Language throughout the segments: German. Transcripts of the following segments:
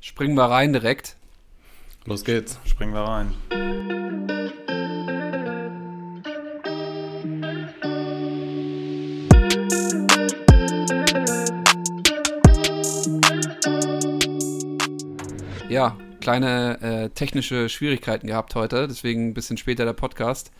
Springen wir rein direkt. Los geht's, springen wir rein. Ja, kleine technische Schwierigkeiten gehabt heute, deswegen ein bisschen später der Podcast.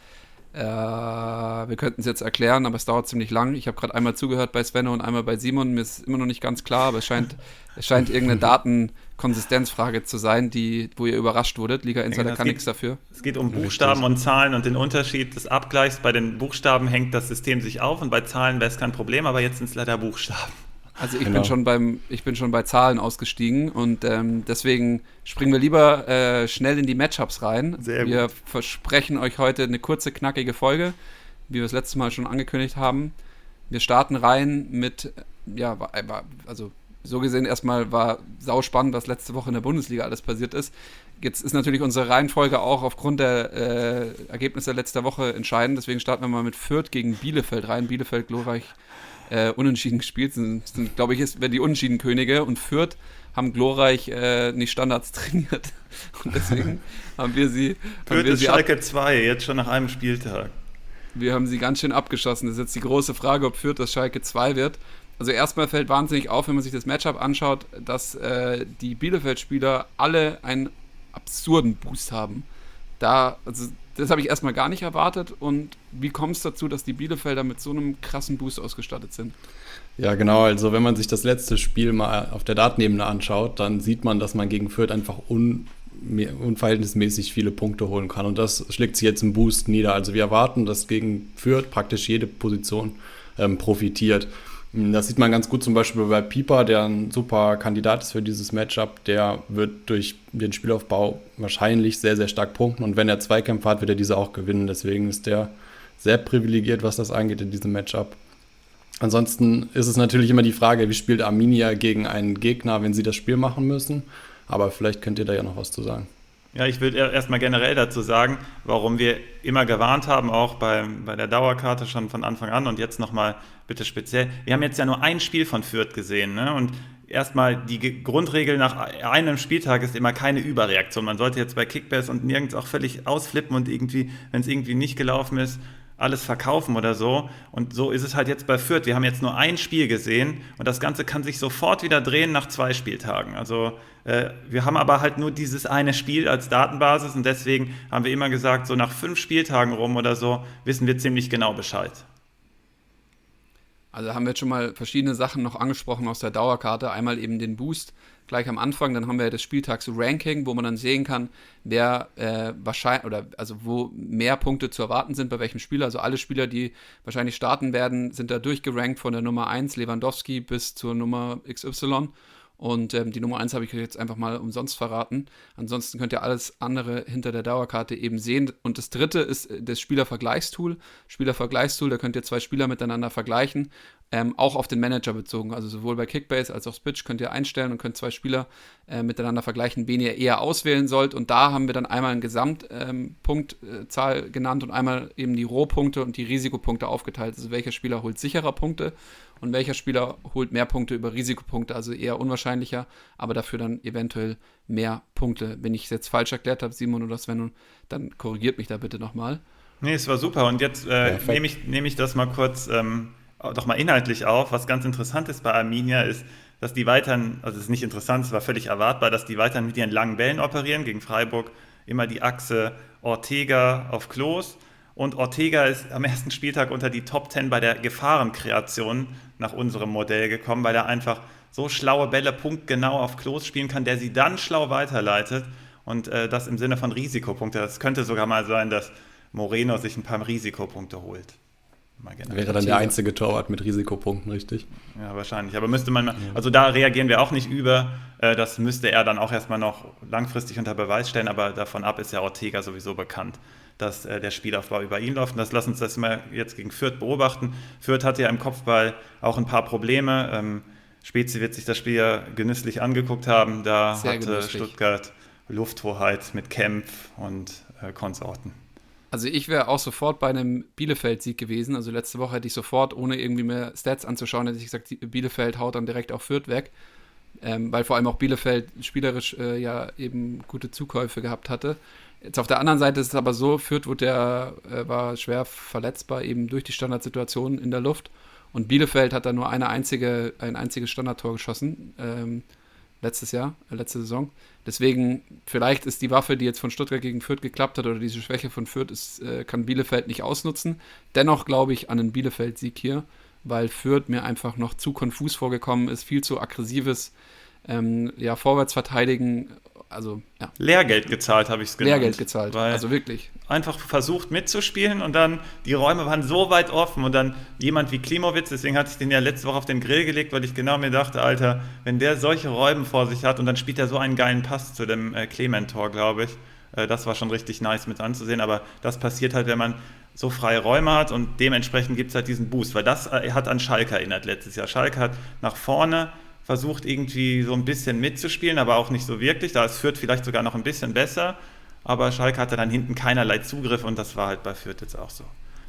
Wir könnten es jetzt erklären, aber es dauert ziemlich lang. Ich habe gerade einmal zugehört bei Svenno und einmal bei Simon. Mir ist immer noch nicht ganz klar, aber es scheint irgendeine Datenkonsistenzfrage zu sein, wo ihr überrascht wurdet. Liga Insider kann nichts dafür. Es geht um Buchstaben und Zahlen und den Unterschied des Abgleichs. Bei den Buchstaben hängt das System sich auf und bei Zahlen wäre es kein Problem, aber jetzt sind es leider Buchstaben. Also ich bin schon bei Zahlen ausgestiegen und deswegen springen wir lieber schnell in die Matchups rein. Sehr gut. Wir versprechen euch heute eine kurze, knackige Folge, wie wir das letzte Mal schon angekündigt haben. Wir starten rein mit, also so gesehen erstmal war sauspannend, was letzte Woche in der Bundesliga alles passiert ist. Jetzt ist natürlich unsere Reihenfolge auch aufgrund der Ergebnisse letzter Woche entscheidend, deswegen starten wir mal mit Fürth gegen Bielefeld rein. Bielefeld glorreich unentschieden gespielt, sind glaube ich, werden die Unentschieden-Könige und Fürth haben glorreich nicht Standards trainiert. Und deswegen haben wir sie... Fürth ist Schalke 2, jetzt schon nach einem Spieltag. Wir haben sie ganz schön abgeschossen. Das ist jetzt die große Frage, ob Fürth das Schalke 2 wird. Also erstmal fällt wahnsinnig auf, wenn man sich das Matchup anschaut, dass die Bielefeld-Spieler alle einen absurden Boost haben. Das habe ich erstmal gar nicht erwartet. Und wie kommt es dazu, dass die Bielefelder mit so einem krassen Boost ausgestattet sind? Ja, genau. Also wenn man sich das letzte Spiel mal auf der Datenebene anschaut, dann sieht man, dass man gegen Fürth einfach unverhältnismäßig viele Punkte holen kann. Und das schlägt sich jetzt im Boost nieder. Also wir erwarten, dass gegen Fürth praktisch jede Position profitiert. Das sieht man ganz gut zum Beispiel bei Pieper, der ein super Kandidat ist für dieses Matchup. Der wird durch den Spielaufbau wahrscheinlich sehr, sehr stark punkten. Und wenn er Zweikämpfe hat, wird er diese auch gewinnen. Deswegen ist der sehr privilegiert, was das angeht in diesem Matchup. Ansonsten ist es natürlich immer die Frage, wie spielt Arminia gegen einen Gegner, wenn sie das Spiel machen müssen. Aber vielleicht könnt ihr da ja noch was zu sagen. Ja, ich würde erstmal generell dazu sagen, warum wir immer gewarnt haben, auch bei der Dauerkarte schon von Anfang an und jetzt nochmal bitte speziell. Wir haben jetzt ja nur ein Spiel von Fürth gesehen, ne? Und erstmal die Grundregel nach einem Spieltag ist immer keine Überreaktion. Man sollte jetzt bei Kickbase und nirgends auch völlig ausflippen und irgendwie, wenn es irgendwie nicht gelaufen ist, alles verkaufen oder so. Und so ist es halt jetzt bei Fürth. Wir haben jetzt nur ein Spiel gesehen und das Ganze kann sich sofort wieder drehen nach 2 Spieltagen. Also wir haben aber halt nur dieses eine Spiel als Datenbasis und deswegen haben wir immer gesagt, so nach 5 Spieltagen rum oder so wissen wir ziemlich genau Bescheid. Also haben wir jetzt schon mal verschiedene Sachen noch angesprochen aus der Dauerkarte. Einmal eben den Boost gleich am Anfang, dann haben wir das Spieltags-Ranking, wo man dann sehen kann, wer wo mehr Punkte zu erwarten sind, bei welchem Spieler. Also alle Spieler, die wahrscheinlich starten werden, sind da durchgerankt von der Nummer 1 Lewandowski bis zur Nummer XY. Und die Nummer 1 habe ich euch jetzt einfach mal umsonst verraten. Ansonsten könnt ihr alles andere hinter der Dauerkarte eben sehen. Und das dritte ist das Spielervergleichstool. Da könnt ihr 2 Spieler miteinander vergleichen. Auch auf den Manager bezogen. Also sowohl bei Kickbase als auch Spitch könnt ihr einstellen und könnt 2 Spieler miteinander vergleichen, wen ihr eher auswählen sollt. Und da haben wir dann einmal eine Gesamtpunktzahl genannt und einmal eben die Rohpunkte und die Risikopunkte aufgeteilt. Also welcher Spieler holt sicherer Punkte und welcher Spieler holt mehr Punkte über Risikopunkte, also eher unwahrscheinlicher, aber dafür dann eventuell mehr Punkte. Wenn ich es jetzt falsch erklärt habe, Simon oder Sven, dann korrigiert mich da bitte nochmal. Nee, es war super. Und jetzt nehme ich das mal kurz doch mal inhaltlich auf. Was ganz interessant ist bei Arminia ist, dass die weiterhin, also es ist nicht interessant, es war völlig erwartbar, dass die weiterhin mit ihren langen Bällen operieren. Gegen Freiburg immer die Achse Ortega auf Klos. Und Ortega ist am ersten Spieltag unter die Top 10 bei der Gefahrenkreation nach unserem Modell gekommen, weil er einfach so schlaue Bälle punktgenau auf Klos spielen kann, der sie dann schlau weiterleitet. Und das im Sinne von Risikopunkte. Das könnte sogar mal sein, dass Moreno sich ein paar Risikopunkte holt. Wäre dann der einzige Torwart mit Risikopunkten, richtig? Ja, wahrscheinlich. Aber müsste man, also da reagieren wir auch nicht über. Das müsste er dann auch erstmal noch langfristig unter Beweis stellen. Aber davon ab ist ja Ortega sowieso bekannt, dass der Spielaufbau über ihn läuft. Und lass uns das mal jetzt gegen Fürth beobachten. Fürth hatte ja im Kopfball auch ein paar Probleme. Spezi wird sich das Spiel ja genüsslich angeguckt haben. Da hatte Stuttgart Lufthoheit mit Kempf und Konsorten. Also ich wäre auch sofort bei einem Bielefeld-Sieg gewesen. Also letzte Woche hätte ich sofort, ohne irgendwie mehr Stats anzuschauen, hätte ich gesagt, Bielefeld haut dann direkt auf Fürth weg. weil vor allem auch Bielefeld spielerisch ja eben gute Zukäufe gehabt hatte. Jetzt auf der anderen Seite ist es aber so, Fürth war schwer verletzbar, eben durch die Standardsituation in der Luft. Und Bielefeld hat da nur ein einziges Standardtor geschossen, letzte Saison. Deswegen, vielleicht ist die Waffe, die jetzt von Stuttgart gegen Fürth geklappt hat, oder diese Schwäche von Fürth, kann Bielefeld nicht ausnutzen. Dennoch glaube ich an einen Bielefeld-Sieg hier, weil Fürth mir einfach noch zu konfus vorgekommen ist, viel zu aggressives Vorwärtsverteidigen. Also, ja. Lehrgeld gezahlt, habe ich es genannt. Lehrgeld gezahlt, also wirklich. Einfach versucht mitzuspielen und dann, die Räume waren so weit offen und dann jemand wie Klimowitz, deswegen hatte ich den ja letzte Woche auf den Grill gelegt, weil ich genau mir dachte, Alter, wenn der solche Räume vor sich hat und dann spielt er so einen geilen Pass zu dem Clement-Tor, glaube ich, das war schon richtig nice mit anzusehen, aber das passiert halt, wenn man so freie Räume hat und dementsprechend gibt es halt diesen Boost, weil das hat an Schalke erinnert letztes Jahr. Schalke hat nach vorne versucht irgendwie so ein bisschen mitzuspielen, aber auch nicht so wirklich. Da ist Fürth vielleicht sogar noch ein bisschen besser, aber Schalke hatte dann hinten keinerlei Zugriff und das war halt bei Fürth jetzt auch so.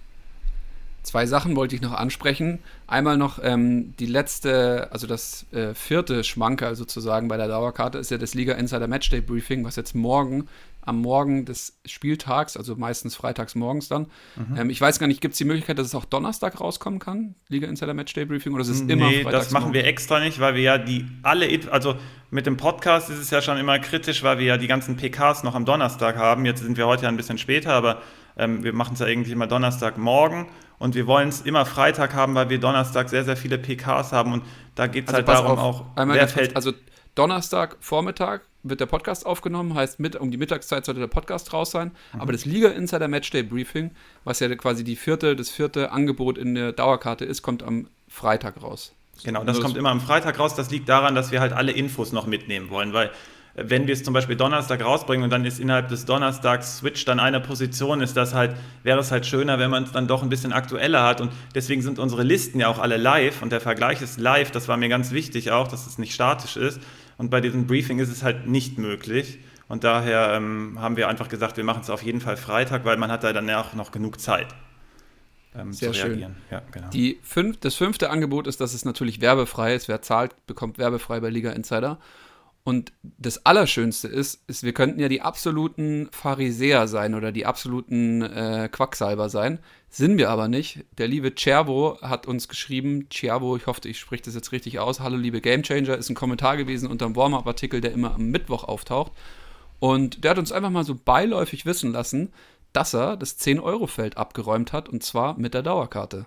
2 Sachen wollte ich noch ansprechen. Einmal noch die letzte, also das 4. Schmankerl sozusagen bei der Dauerkarte ist ja das Liga Insider Matchday Briefing, was jetzt am Morgen des Spieltags, also meistens freitags morgens dann. Ich weiß gar nicht, gibt es die Möglichkeit, dass es auch Donnerstag rauskommen kann, Liga Insider Matchday Briefing, oder ist es immer freitags? Nee, das machen wir extra nicht, weil wir ja also mit dem Podcast ist es ja schon immer kritisch, weil wir ja die ganzen PKs noch am Donnerstag haben. Jetzt sind wir heute ja ein bisschen später, aber wir machen es ja irgendwie immer Donnerstagmorgen und wir wollen es immer Freitag haben, weil wir Donnerstag sehr, sehr viele PKs haben und da geht es halt darum auch, also Donnerstag Vormittag wird der Podcast aufgenommen, heißt um die Mittagszeit sollte der Podcast raus sein, aber das Liga Insider Matchday Briefing, was ja quasi das vierte Angebot in der Dauerkarte ist, kommt am Freitag raus. Genau, das kommt immer am Freitag raus, das liegt daran, dass wir halt alle Infos noch mitnehmen wollen, weil wenn wir es zum Beispiel Donnerstag rausbringen und dann ist innerhalb des Donnerstags Switch dann eine Position, wäre es halt schöner, wenn man es dann doch ein bisschen aktueller hat und deswegen sind unsere Listen ja auch alle live und der Vergleich ist live, das war mir ganz wichtig auch, dass es nicht statisch ist und bei diesem Briefing ist es halt nicht möglich und daher haben wir einfach gesagt, wir machen es auf jeden Fall Freitag, weil man hat da dann ja auch noch genug Zeit. Sehr zu reagieren. Schön. Ja, genau. Das 5. Angebot ist, dass es natürlich werbefrei ist, wer zahlt, bekommt werbefrei bei Liga Insider. Und das Allerschönste ist, wir könnten ja die absoluten Pharisäer sein oder die absoluten Quacksalber sein. Sind wir aber nicht. Der liebe Cervo hat uns geschrieben, Cervo, ich hoffe, ich spreche das jetzt richtig aus, hallo liebe Gamechanger, ist ein Kommentar gewesen unter einem Warm-Up-Artikel, der immer am Mittwoch auftaucht. Und der hat uns einfach mal so beiläufig wissen lassen, dass er das 10-Euro-Feld abgeräumt hat und zwar mit der Dauerkarte.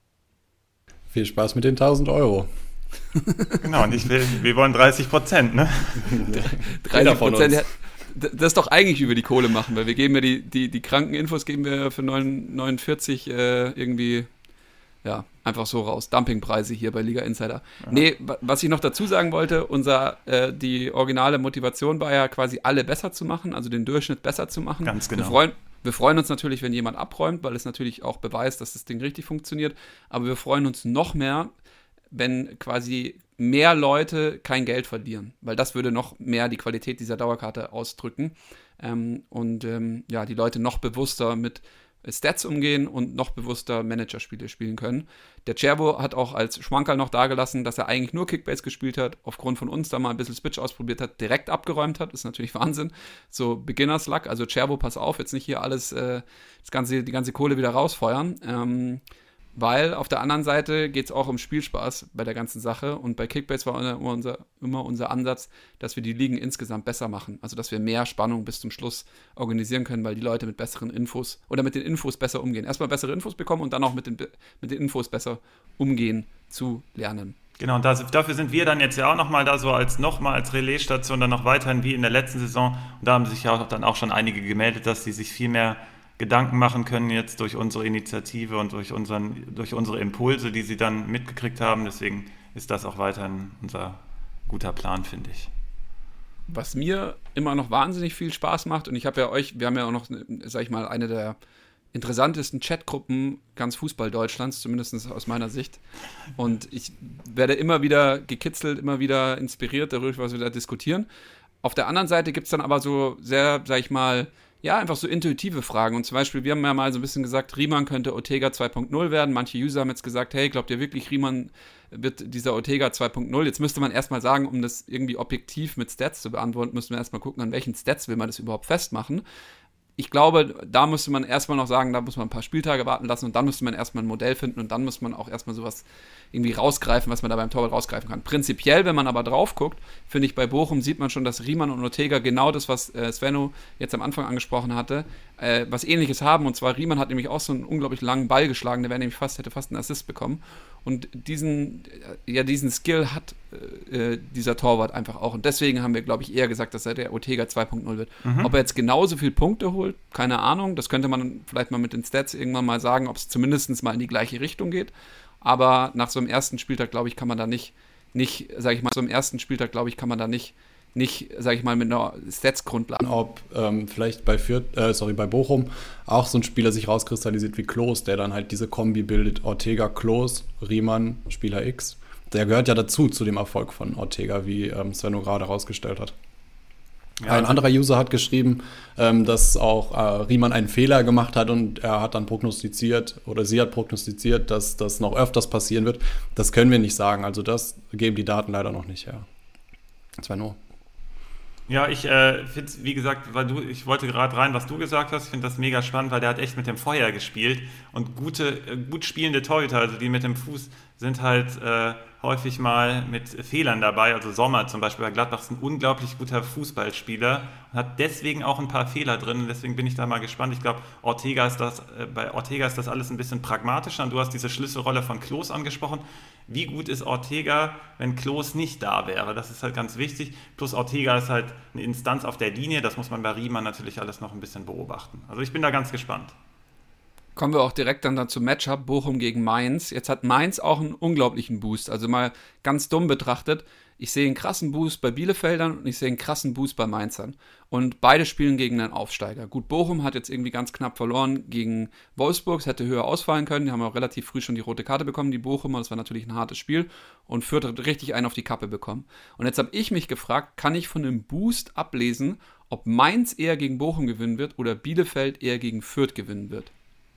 Viel Spaß mit den 1.000 Euro. Genau, und wir wollen 30%, ne? 30%, das ist doch eigentlich über die Kohle machen, weil wir geben ja die Krankeninfos geben wir für 49 irgendwie, ja, einfach so raus. Dumpingpreise hier bei Liga Insider. Ja. Nee, was ich noch dazu sagen wollte, die originale Motivation war ja quasi alle besser zu machen, also den Durchschnitt besser zu machen. Ganz genau. Wir freuen uns natürlich, wenn jemand abräumt, weil es natürlich auch beweist, dass das Ding richtig funktioniert, aber wir freuen uns noch mehr, wenn quasi mehr Leute kein Geld verlieren, weil das würde noch mehr die Qualität dieser Dauerkarte ausdrücken die Leute noch bewusster mit Stats umgehen und noch bewusster Managerspiele spielen können. Der Cervo hat auch als Schmankerl noch dagelassen, dass er eigentlich nur Kickbase gespielt hat, aufgrund von uns da mal ein bisschen Switch ausprobiert hat, direkt abgeräumt hat, ist natürlich Wahnsinn, so Beginners Luck, also Cervo, pass auf, jetzt nicht hier alles, die ganze Kohle wieder rausfeuern, weil auf der anderen Seite geht es auch um Spielspaß bei der ganzen Sache und bei Kickbase war immer unser Ansatz, dass wir die Ligen insgesamt besser machen, also dass wir mehr Spannung bis zum Schluss organisieren können, weil die Leute mit besseren Infos oder mit den Infos besser umgehen. Erstmal bessere Infos bekommen und dann auch mit den Infos besser umgehen zu lernen. Genau, und dafür sind wir dann jetzt ja auch nochmal da so als Relaisstation dann noch weiterhin wie in der letzten Saison und da haben sich ja dann auch schon einige gemeldet, dass sie sich viel mehr Gedanken machen können jetzt durch unsere Initiative und durch unsere Impulse, die sie dann mitgekriegt haben. Deswegen ist das auch weiterhin unser guter Plan, finde ich. Was mir immer noch wahnsinnig viel Spaß macht, und wir haben ja auch noch, sag ich mal, eine der interessantesten Chatgruppen ganz Fußball Deutschlands, zumindest aus meiner Sicht. Und ich werde immer wieder gekitzelt, immer wieder inspiriert dadurch, was wir da diskutieren. Auf der anderen Seite gibt es dann aber so sehr, sag ich mal, Ja, einfach so intuitive Fragen. Und zum Beispiel, wir haben ja mal so ein bisschen gesagt, Riemann könnte Ortega 2.0 werden. Manche User haben jetzt gesagt, hey, glaubt ihr wirklich, Riemann wird dieser Ortega 2.0? Jetzt müsste man erstmal sagen, um das irgendwie objektiv mit Stats zu beantworten, müssen wir erstmal gucken, an welchen Stats will man das überhaupt festmachen. Ich glaube, da müsste man erstmal noch sagen, da muss man ein paar Spieltage warten lassen und dann müsste man erstmal ein Modell finden und dann muss man auch erstmal sowas irgendwie rausgreifen, was man da beim Torwart rausgreifen kann. Prinzipiell, wenn man aber drauf guckt, finde ich, bei Bochum sieht man schon, dass Riemann und Ortega genau das, was Svenno jetzt am Anfang angesprochen hatte, was Ähnliches haben. Und zwar Riemann hat nämlich auch so einen unglaublich langen Ball geschlagen, der hätte fast einen Assist bekommen. Und diesen Skill hat dieser Torwart einfach auch. Und deswegen haben wir, glaube ich, eher gesagt, dass er der Ortega 2.0 wird. Ob er jetzt genauso viele Punkte holt, keine Ahnung. Das könnte man vielleicht mal mit den Stats irgendwann mal sagen, ob es zumindest mal in die gleiche Richtung geht. Aber nach so einem ersten Spieltag, glaube ich, kann man da nicht, sage ich mal, mit einer Stats-Grundlage. Ob vielleicht bei Bochum auch so ein Spieler sich rauskristallisiert wie Klos, der dann halt diese Kombi bildet, Ortega, Klos, Riemann, Spieler X. Der gehört ja dazu, zu dem Erfolg von Ortega, wie Svenno gerade herausgestellt hat. Ja, ein anderer User hat geschrieben, dass auch Riemann einen Fehler gemacht hat und er hat dann prognostiziert, oder sie hat prognostiziert, dass das noch öfters passieren wird. Das können wir nicht sagen, also das geben die Daten leider noch nicht her. Svenno. Ja, ich finde es, wie gesagt, ich wollte gerade rein, was du gesagt hast, ich finde das mega spannend, weil der hat echt mit dem Feuer gespielt und gut spielende Torhüter, also die mit dem Fuß sind halt häufig mal mit Fehlern dabei, also Sommer zum Beispiel bei Gladbach ist ein unglaublich guter Fußballspieler und hat deswegen auch ein paar Fehler drin und deswegen bin ich da mal gespannt. Ich glaube, bei Ortega ist das alles ein bisschen pragmatischer und du hast diese Schlüsselrolle von Klos angesprochen. Wie gut ist Ortega, wenn Klos nicht da wäre? Das ist halt ganz wichtig. Plus Ortega ist halt eine Instanz auf der Linie, das muss man bei Riemann natürlich alles noch ein bisschen beobachten. Also ich bin da ganz gespannt. Kommen wir auch direkt dann zum Matchup Bochum gegen Mainz. Jetzt hat Mainz auch einen unglaublichen Boost. Also mal ganz dumm betrachtet, ich sehe einen krassen Boost bei Bielefeldern und ich sehe einen krassen Boost bei Mainzern. Und beide spielen gegen einen Aufsteiger. Gut, Bochum hat jetzt irgendwie ganz knapp verloren gegen Wolfsburg. Es hätte höher ausfallen können. Die haben auch relativ früh schon die rote Karte bekommen, die Bochumer. Das war natürlich ein hartes Spiel. Und Fürth hat richtig einen auf die Kappe bekommen. Und jetzt habe ich mich gefragt, kann ich von dem Boost ablesen, ob Mainz eher gegen Bochum gewinnen wird oder Bielefeld eher gegen Fürth gewinnen wird?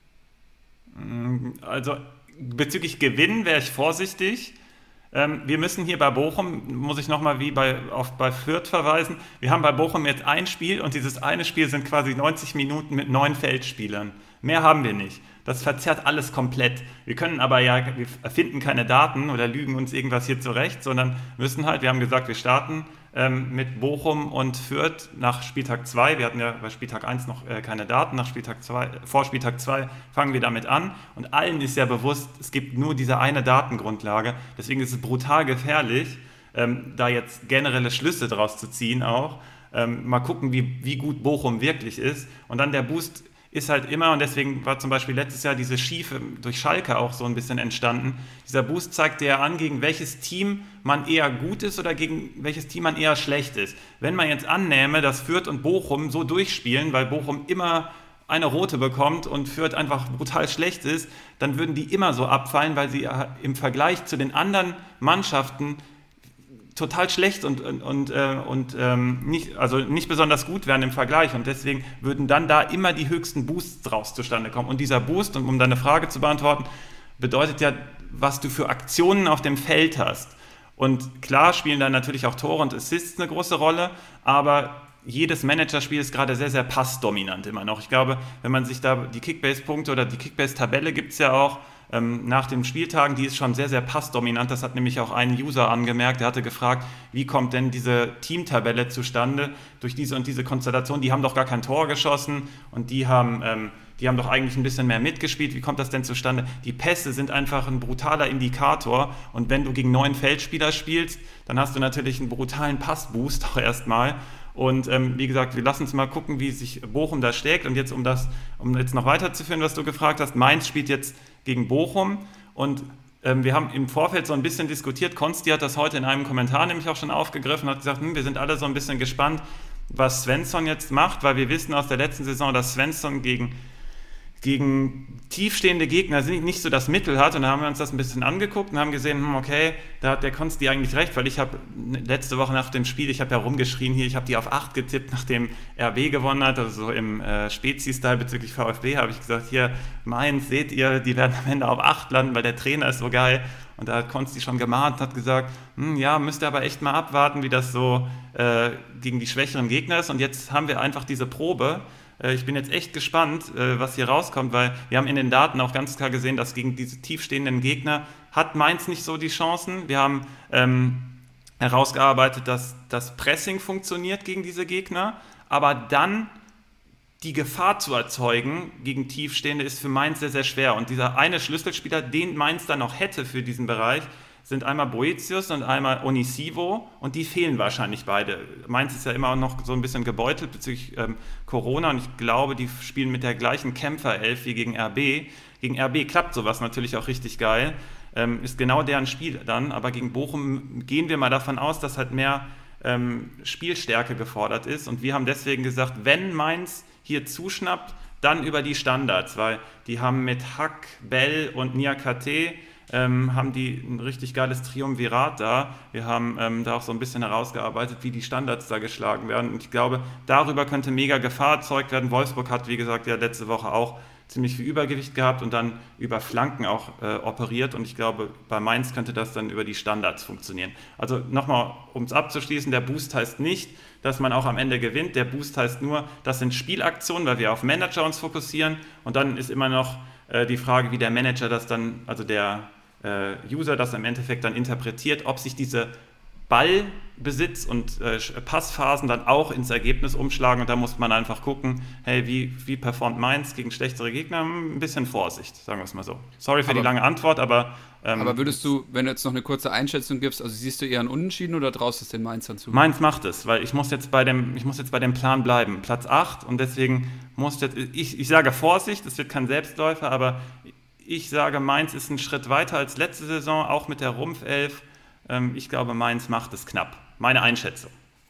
Also bezüglich Gewinnen wäre ich vorsichtig. Wir müssen hier bei Bochum, muss ich nochmal bei Fürth verweisen, wir haben bei Bochum jetzt ein Spiel und dieses eine Spiel sind quasi 90 Minuten mit 9 Feldspielern. Mehr haben wir nicht. Das verzerrt alles komplett. Wir erfinden keine Daten oder lügen uns irgendwas hier zurecht, sondern müssen halt, wir haben gesagt, wir starten mit Bochum und Fürth nach Spieltag 2. Wir hatten ja bei Spieltag 1 noch keine Daten. Vor Spieltag 2 fangen wir damit an. Und allen ist ja bewusst, es gibt nur diese eine Datengrundlage. Deswegen ist es brutal gefährlich, da jetzt generelle Schlüsse draus zu ziehen auch. Mal gucken, wie gut Bochum wirklich ist. Und dann der Boost ist halt immer, und deswegen war zum Beispiel letztes Jahr diese Schiefe durch Schalke auch so ein bisschen entstanden. Dieser Boost zeigt dir an, gegen welches Team man eher gut ist oder gegen welches Team man eher schlecht ist. Wenn man jetzt annähme, dass Fürth und Bochum so durchspielen, weil Bochum immer eine rote bekommt und Fürth einfach brutal schlecht ist, dann würden die immer so abfallen, weil sie im Vergleich zu den anderen Mannschaften total schlecht und nicht besonders gut wären im Vergleich und deswegen würden dann da immer die höchsten Boosts draus zustande kommen. Und dieser Boost, um deine Frage zu beantworten, bedeutet ja, was du für Aktionen auf dem Feld hast. Und klar spielen da natürlich auch Tore und Assists eine große Rolle, aber jedes Managerspiel ist gerade sehr, sehr passdominant immer noch. Ich glaube, wenn man sich da die Kickbase-Punkte oder die Kickbase-Tabelle gibt es ja auch, nach den Spieltagen, die ist schon sehr, sehr passdominant. Das hat nämlich auch ein User angemerkt. Der hatte gefragt, wie kommt denn diese Teamtabelle zustande durch diese und diese Konstellation? Die haben doch gar kein Tor geschossen und die haben doch eigentlich ein bisschen mehr mitgespielt. Wie kommt das denn zustande? Die Pässe sind einfach ein brutaler Indikator und wenn du gegen 9 Feldspieler spielst, dann hast du natürlich einen brutalen Passboost auch erstmal. Und wie gesagt, wir lassen uns mal gucken, wie sich Bochum da schlägt. Und jetzt, um jetzt noch weiterzuführen, was du gefragt hast, Mainz spielt jetzt gegen Bochum. Und wir haben im Vorfeld so ein bisschen diskutiert. Konsti hat das heute in einem Kommentar nämlich auch schon aufgegriffen und hat gesagt, wir sind alle so ein bisschen gespannt, was Svensson jetzt macht, weil wir wissen aus der letzten Saison, dass Svensson gegen gegen tiefstehende Gegner nicht so das Mittel hat. Und da haben wir uns das ein bisschen angeguckt und haben gesehen, okay, da hat der Konsti eigentlich recht, weil ich habe letzte Woche nach dem Spiel, ich habe ja rumgeschrien hier, ich habe die auf 8 getippt, nachdem RB gewonnen hat, also so im Spezi-Style bezüglich VfB, habe ich gesagt, hier, Mainz, seht ihr, die werden am Ende auf 8 landen, weil der Trainer ist so geil. Und da hat Konsti schon gemahnt, hat gesagt, ja, müsst ihr aber echt mal abwarten, wie das so gegen die schwächeren Gegner ist. Und jetzt haben wir einfach diese Probe. Ich bin jetzt echt gespannt, was hier rauskommt, weil wir haben in den Daten auch ganz klar gesehen, dass gegen diese tiefstehenden Gegner hat Mainz nicht so die Chancen. Wir haben herausgearbeitet, dass das Pressing funktioniert gegen diese Gegner, aber dann die Gefahr zu erzeugen gegen Tiefstehende ist für Mainz sehr, sehr schwer. Und dieser eine Schlüsselspieler, den Mainz dann noch hätte für diesen Bereich, sind einmal Boetius und einmal Onisivo und die fehlen wahrscheinlich beide. Mainz ist ja immer noch so ein bisschen gebeutelt bezüglich Corona und ich glaube, die spielen mit der gleichen Kämpferelf wie gegen RB. Gegen RB klappt sowas natürlich auch richtig geil, ist genau deren Spiel dann, aber gegen Bochum gehen wir mal davon aus, dass halt mehr Spielstärke gefordert ist und wir haben deswegen gesagt, wenn Mainz hier zuschnappt, dann über die Standards, weil die haben mit Hack, Bell und Niakate haben die ein richtig geiles Triumvirat da. Wir haben da auch so ein bisschen herausgearbeitet, wie die Standards da geschlagen werden. Und ich glaube, darüber könnte mega Gefahr erzeugt werden. Wolfsburg hat, wie gesagt, ja letzte Woche auch ziemlich viel Übergewicht gehabt und dann über Flanken auch operiert. Und ich glaube, bei Mainz könnte das dann über die Standards funktionieren. Also nochmal, um es abzuschließen, der Boost heißt nicht, dass man auch am Ende gewinnt. Der Boost heißt nur, das sind Spielaktionen, weil wir auf Manager uns fokussieren. Und dann ist immer noch die Frage, wie der Manager das dann, also der User das im Endeffekt dann interpretiert, ob sich diese Ballbesitz und Passphasen dann auch ins Ergebnis umschlagen und da muss man einfach gucken, hey, wie performt Mainz gegen schlechtere Gegner? Ein bisschen Vorsicht, sagen wir es mal so. Sorry für die lange Antwort, aber würdest du, wenn du jetzt noch eine kurze Einschätzung gibst, also siehst du eher einen Unentschieden oder traust du es den Mainzern zu? Mainz macht es, weil ich muss jetzt bei dem Plan bleiben. Platz 8 und deswegen ich sage Vorsicht, es wird kein Selbstläufer, aber ich sage, Mainz ist einen Schritt weiter als letzte Saison, auch mit der Rumpfelf. Ich glaube, Mainz macht es knapp. Meine Einschätzung.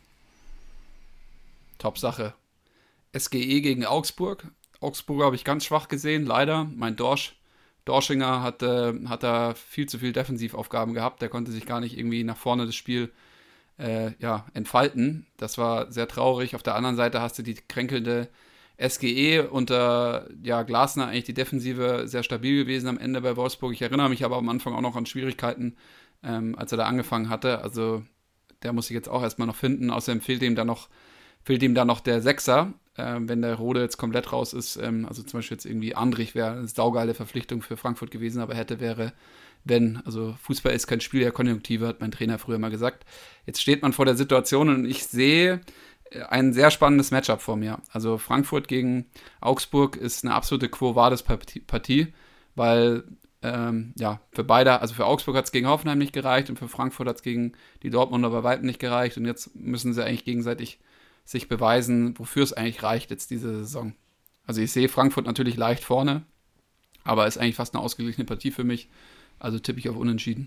Top-Sache. SGE gegen Augsburg. Augsburger habe ich ganz schwach gesehen, leider. Mein Dorschinger hat da viel zu viel Defensivaufgaben gehabt. Der konnte sich gar nicht irgendwie nach vorne das Spiel entfalten. Das war sehr traurig. Auf der anderen Seite hast du die kränkelnde SGE unter Glasner eigentlich die Defensive sehr stabil gewesen am Ende bei Wolfsburg. Ich erinnere mich aber am Anfang auch noch an Schwierigkeiten, als er da angefangen hatte. Also der muss sich jetzt auch erstmal noch finden. Außerdem fehlt ihm dann noch der Sechser, wenn der Rode jetzt komplett raus ist. Also zum Beispiel jetzt irgendwie Andrich wäre eine saugeile Verpflichtung für Frankfurt gewesen, aber wäre, wenn. Also Fußball ist kein Spiel der Konjunktive, hat mein Trainer früher mal gesagt. Jetzt steht man vor der Situation und ich sehe ein sehr spannendes Matchup vor mir. Also Frankfurt gegen Augsburg ist eine absolute Quo Vadis Partie, weil für beide, also für Augsburg hat es gegen Hoffenheim nicht gereicht und für Frankfurt hat es gegen die Dortmunder bei weitem nicht gereicht und jetzt müssen sie eigentlich gegenseitig sich beweisen, wofür es eigentlich reicht jetzt diese Saison. Also ich sehe Frankfurt natürlich leicht vorne, aber ist eigentlich fast eine ausgeglichene Partie für mich, also tippe ich auf Unentschieden.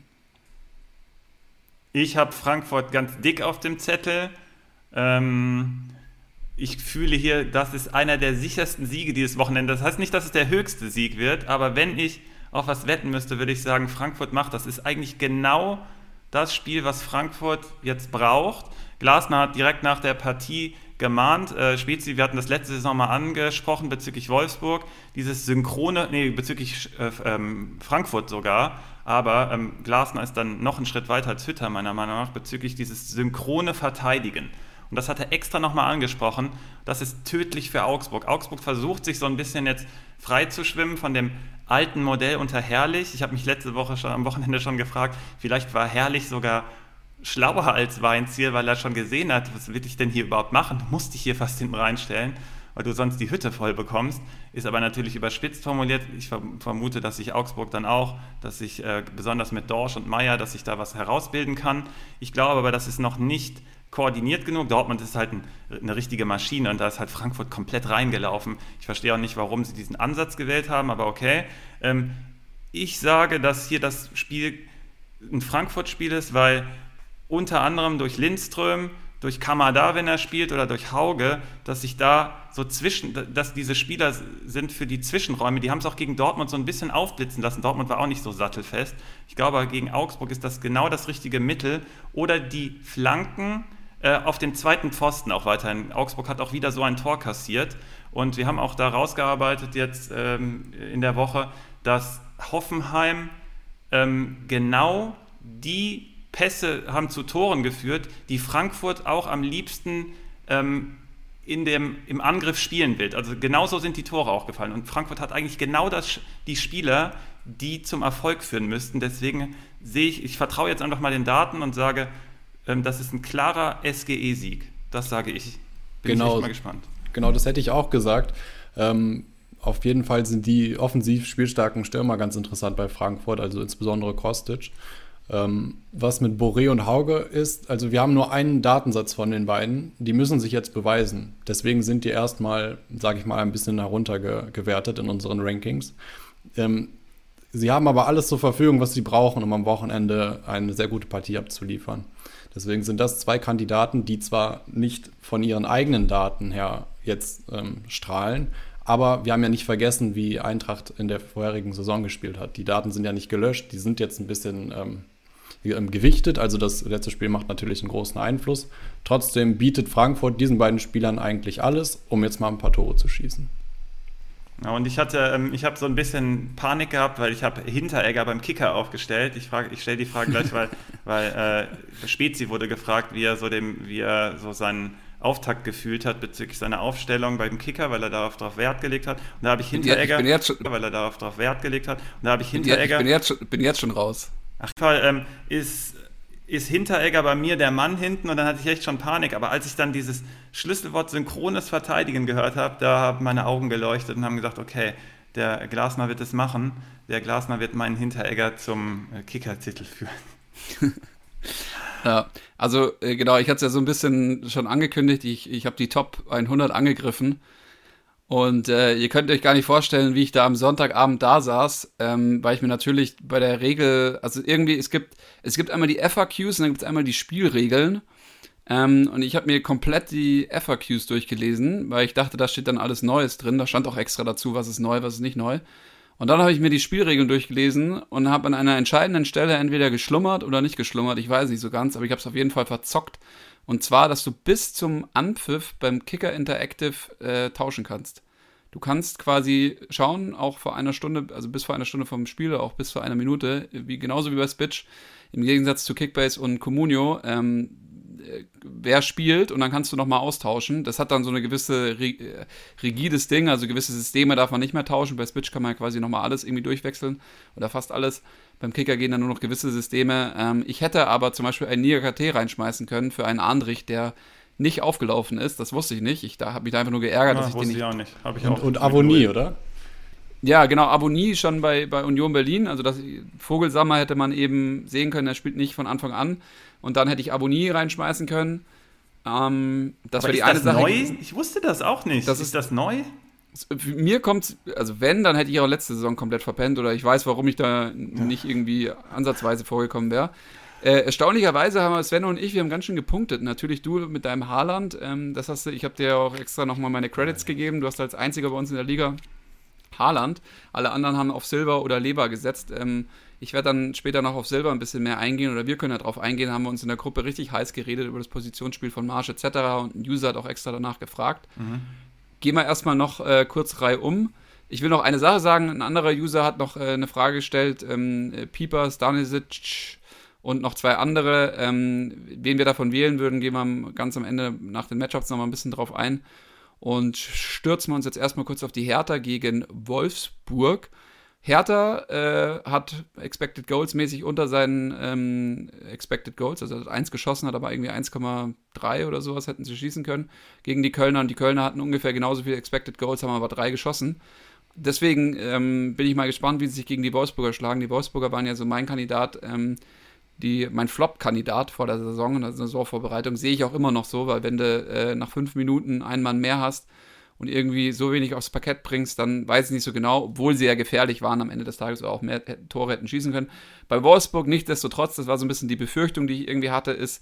Ich habe Frankfurt ganz dick auf dem Zettel. Ich fühle hier, das ist einer der sichersten Siege dieses Wochenende. Das heißt nicht, dass es der höchste Sieg wird, aber wenn ich auf was wetten müsste, würde ich sagen, Frankfurt macht das. Ist eigentlich genau das Spiel, was Frankfurt jetzt braucht. Glasner hat direkt nach der Partie gemahnt, Spezi, wir hatten das letzte Saison mal angesprochen bezüglich Wolfsburg, dieses bezüglich Frankfurt sogar, aber Glasner ist dann noch einen Schritt weiter als Hütter meiner Meinung nach bezüglich dieses synchrone Verteidigen. Und das hat er extra nochmal angesprochen. Das ist tödlich für Augsburg. Augsburg versucht sich so ein bisschen jetzt frei zu schwimmen von dem alten Modell unter Herrlich. Ich habe mich letzte Woche am Wochenende schon gefragt, vielleicht war Herrlich sogar schlauer als Weinziel, weil er schon gesehen hat, was will ich denn hier überhaupt machen? Du musst dich hier fast hinten reinstellen, weil du sonst die Hütte voll bekommst. Ist aber natürlich überspitzt formuliert. Ich vermute, dass sich Augsburg dann auch, dass sich besonders mit Dorsch und Meier, dass sich da was herausbilden kann. Ich glaube aber, das ist noch nicht koordiniert genug. Dortmund ist halt eine richtige Maschine und da ist halt Frankfurt komplett reingelaufen. Ich verstehe auch nicht, warum sie diesen Ansatz gewählt haben, aber okay. Ich sage, dass hier das Spiel ein Frankfurt-Spiel ist, weil unter anderem durch Lindström, durch Kamada, wenn er spielt, oder durch Hauge, dass sich da so dass diese Spieler sind für die Zwischenräume, die haben es auch gegen Dortmund so ein bisschen aufblitzen lassen. Dortmund war auch nicht so sattelfest. Ich glaube, gegen Augsburg ist das genau das richtige Mittel. Oder die Flanken auf den zweiten Pfosten auch weiterhin. Augsburg hat auch wieder so ein Tor kassiert. Und wir haben auch da rausgearbeitet jetzt in der Woche, dass Hoffenheim genau die Pässe haben zu Toren geführt, die Frankfurt auch am liebsten im Angriff spielen will. Also genauso sind die Tore auch gefallen. Und Frankfurt hat eigentlich genau die Spieler, die zum Erfolg führen müssten. Deswegen ich vertraue jetzt einfach mal den Daten und sage, das ist ein klarer SGE-Sieg. Das sage ich. Bin ich echt mal gespannt. Genau, das hätte ich auch gesagt. Auf jeden Fall sind die offensiv spielstarken Stürmer ganz interessant bei Frankfurt, also insbesondere Kostic. Was mit Boré und Hauge ist, also wir haben nur einen Datensatz von den beiden, die müssen sich jetzt beweisen. Deswegen sind die erstmal, sage ich mal, ein bisschen heruntergewertet in unseren Rankings. Sie haben aber alles zur Verfügung, was sie brauchen, um am Wochenende eine sehr gute Partie abzuliefern. Deswegen sind das zwei Kandidaten, die zwar nicht von ihren eigenen Daten her jetzt strahlen, aber wir haben ja nicht vergessen, wie Eintracht in der vorherigen Saison gespielt hat. Die Daten sind ja nicht gelöscht, die sind jetzt ein bisschen gewichtet, also das letzte Spiel macht natürlich einen großen Einfluss. Trotzdem bietet Frankfurt diesen beiden Spielern eigentlich alles, um jetzt mal ein paar Tore zu schießen. Ja, und ich habe so ein bisschen Panik gehabt, weil ich habe Hinteregger beim Kicker aufgestellt. Ich stelle die Frage gleich, weil Spezi wurde gefragt, wie er so seinen Auftakt gefühlt hat bezüglich seiner Aufstellung beim Kicker, weil er darauf Wert gelegt hat. Und da habe ich Hinteregger, weil er darauf Wert gelegt hat. Und da habe ich Hinteregger. Ich bin jetzt schon raus. Auf jeden Fall ist Hinteregger bei mir der Mann hinten und dann hatte ich echt schon Panik. Aber als ich dann dieses Schlüsselwort synchrones Verteidigen gehört habe, da haben meine Augen geleuchtet und haben gesagt, okay, der Glasner wird es machen. Der Glasner wird meinen Hinteregger zum Kicker-Titel führen. Ja, also genau, ich hatte es ja so ein bisschen schon angekündigt, ich habe die Top 100 angegriffen und ihr könnt euch gar nicht vorstellen, wie ich da am Sonntagabend da saß, weil ich mir natürlich bei der Regel, also irgendwie, es gibt einmal die FAQs und dann gibt es einmal die Spielregeln und ich habe mir komplett die FAQs durchgelesen, weil ich dachte, da steht dann alles Neues drin, da stand auch extra dazu, was ist neu, was ist nicht neu. Und dann habe ich mir die Spielregeln durchgelesen und habe an einer entscheidenden Stelle entweder geschlummert oder nicht geschlummert, ich weiß nicht so ganz, aber ich habe es auf jeden Fall verzockt. Und zwar, dass du bis zum Anpfiff beim Kicker Interactive tauschen kannst. Du kannst quasi schauen, auch vor einer Stunde, also bis vor einer Stunde vom Spiel, auch bis vor einer Minute, genauso wie bei Spitch, im Gegensatz zu Kickbase und Comunio, wer spielt und dann kannst du nochmal austauschen. Das hat dann so eine gewisse rigides Ding, also gewisse Systeme darf man nicht mehr tauschen. Bei Switch kann man ja quasi nochmal alles irgendwie durchwechseln oder fast alles. Beim Kicker gehen dann nur noch gewisse Systeme. Ich hätte aber zum Beispiel einen Nier KT reinschmeißen können für einen Andrich, der nicht aufgelaufen ist. Das wusste ich nicht. Ich habe mich da einfach nur geärgert, dass ich den nicht... Auch nicht. Hab ich auch und Avonie, oder? Ja, genau, Avonie schon bei Union Berlin. Also das Vogelsammer hätte man eben sehen können, er spielt nicht von Anfang an. Und dann hätte ich Avonie reinschmeißen können. Das wäre die eine Sache. Neu? Ich wusste das auch nicht. Ist das neu? Mir kommt, also wenn, dann hätte ich auch letzte Saison komplett verpennt oder ich weiß, warum ich da nicht irgendwie ansatzweise vorgekommen wäre. Erstaunlicherweise haben Sven und ich, wir haben ganz schön gepunktet. Natürlich du mit deinem Haaland, ich habe dir auch extra nochmal meine Credits gegeben. Du hast als einziger bei uns in der Liga Haaland. Alle anderen haben auf Silber oder Leber gesetzt. Ich werde dann später noch auf Silber ein bisschen mehr eingehen oder wir können ja drauf eingehen, haben wir uns in der Gruppe richtig heiß geredet über das Positionsspiel von Marsch etc. und ein User hat auch extra danach gefragt. Gehen wir erstmal noch kurz reihum. Ich will noch eine Sache sagen, ein anderer User hat noch eine Frage gestellt, Pieper, Stanisic und noch zwei andere, wen wir davon wählen würden, gehen wir ganz am Ende nach den Matchups nochmal ein bisschen drauf ein und stürzen wir uns jetzt erstmal kurz auf die Hertha gegen Wolfsburg. Hertha hat Expected Goals mäßig unter seinen Expected Goals, also hat 1 geschossen, hat aber irgendwie 1,3 oder sowas hätten sie schießen können gegen die Kölner und die Kölner hatten ungefähr genauso viele Expected Goals, haben aber 3 geschossen. Deswegen bin ich mal gespannt, wie sie sich gegen die Wolfsburger schlagen. Die Wolfsburger waren ja so mein Kandidat, mein Flop-Kandidat vor der Saison und der Saisonvorbereitung sehe ich auch immer noch so, weil wenn du nach 5 Minuten einen Mann mehr hast und irgendwie so wenig aufs Parkett bringst, dann weiß ich nicht so genau, obwohl sie ja gefährlich waren am Ende des Tages oder auch mehr Tore hätten schießen können. Bei Wolfsburg nichtsdestotrotz, das war so ein bisschen die Befürchtung, die ich irgendwie hatte, ist,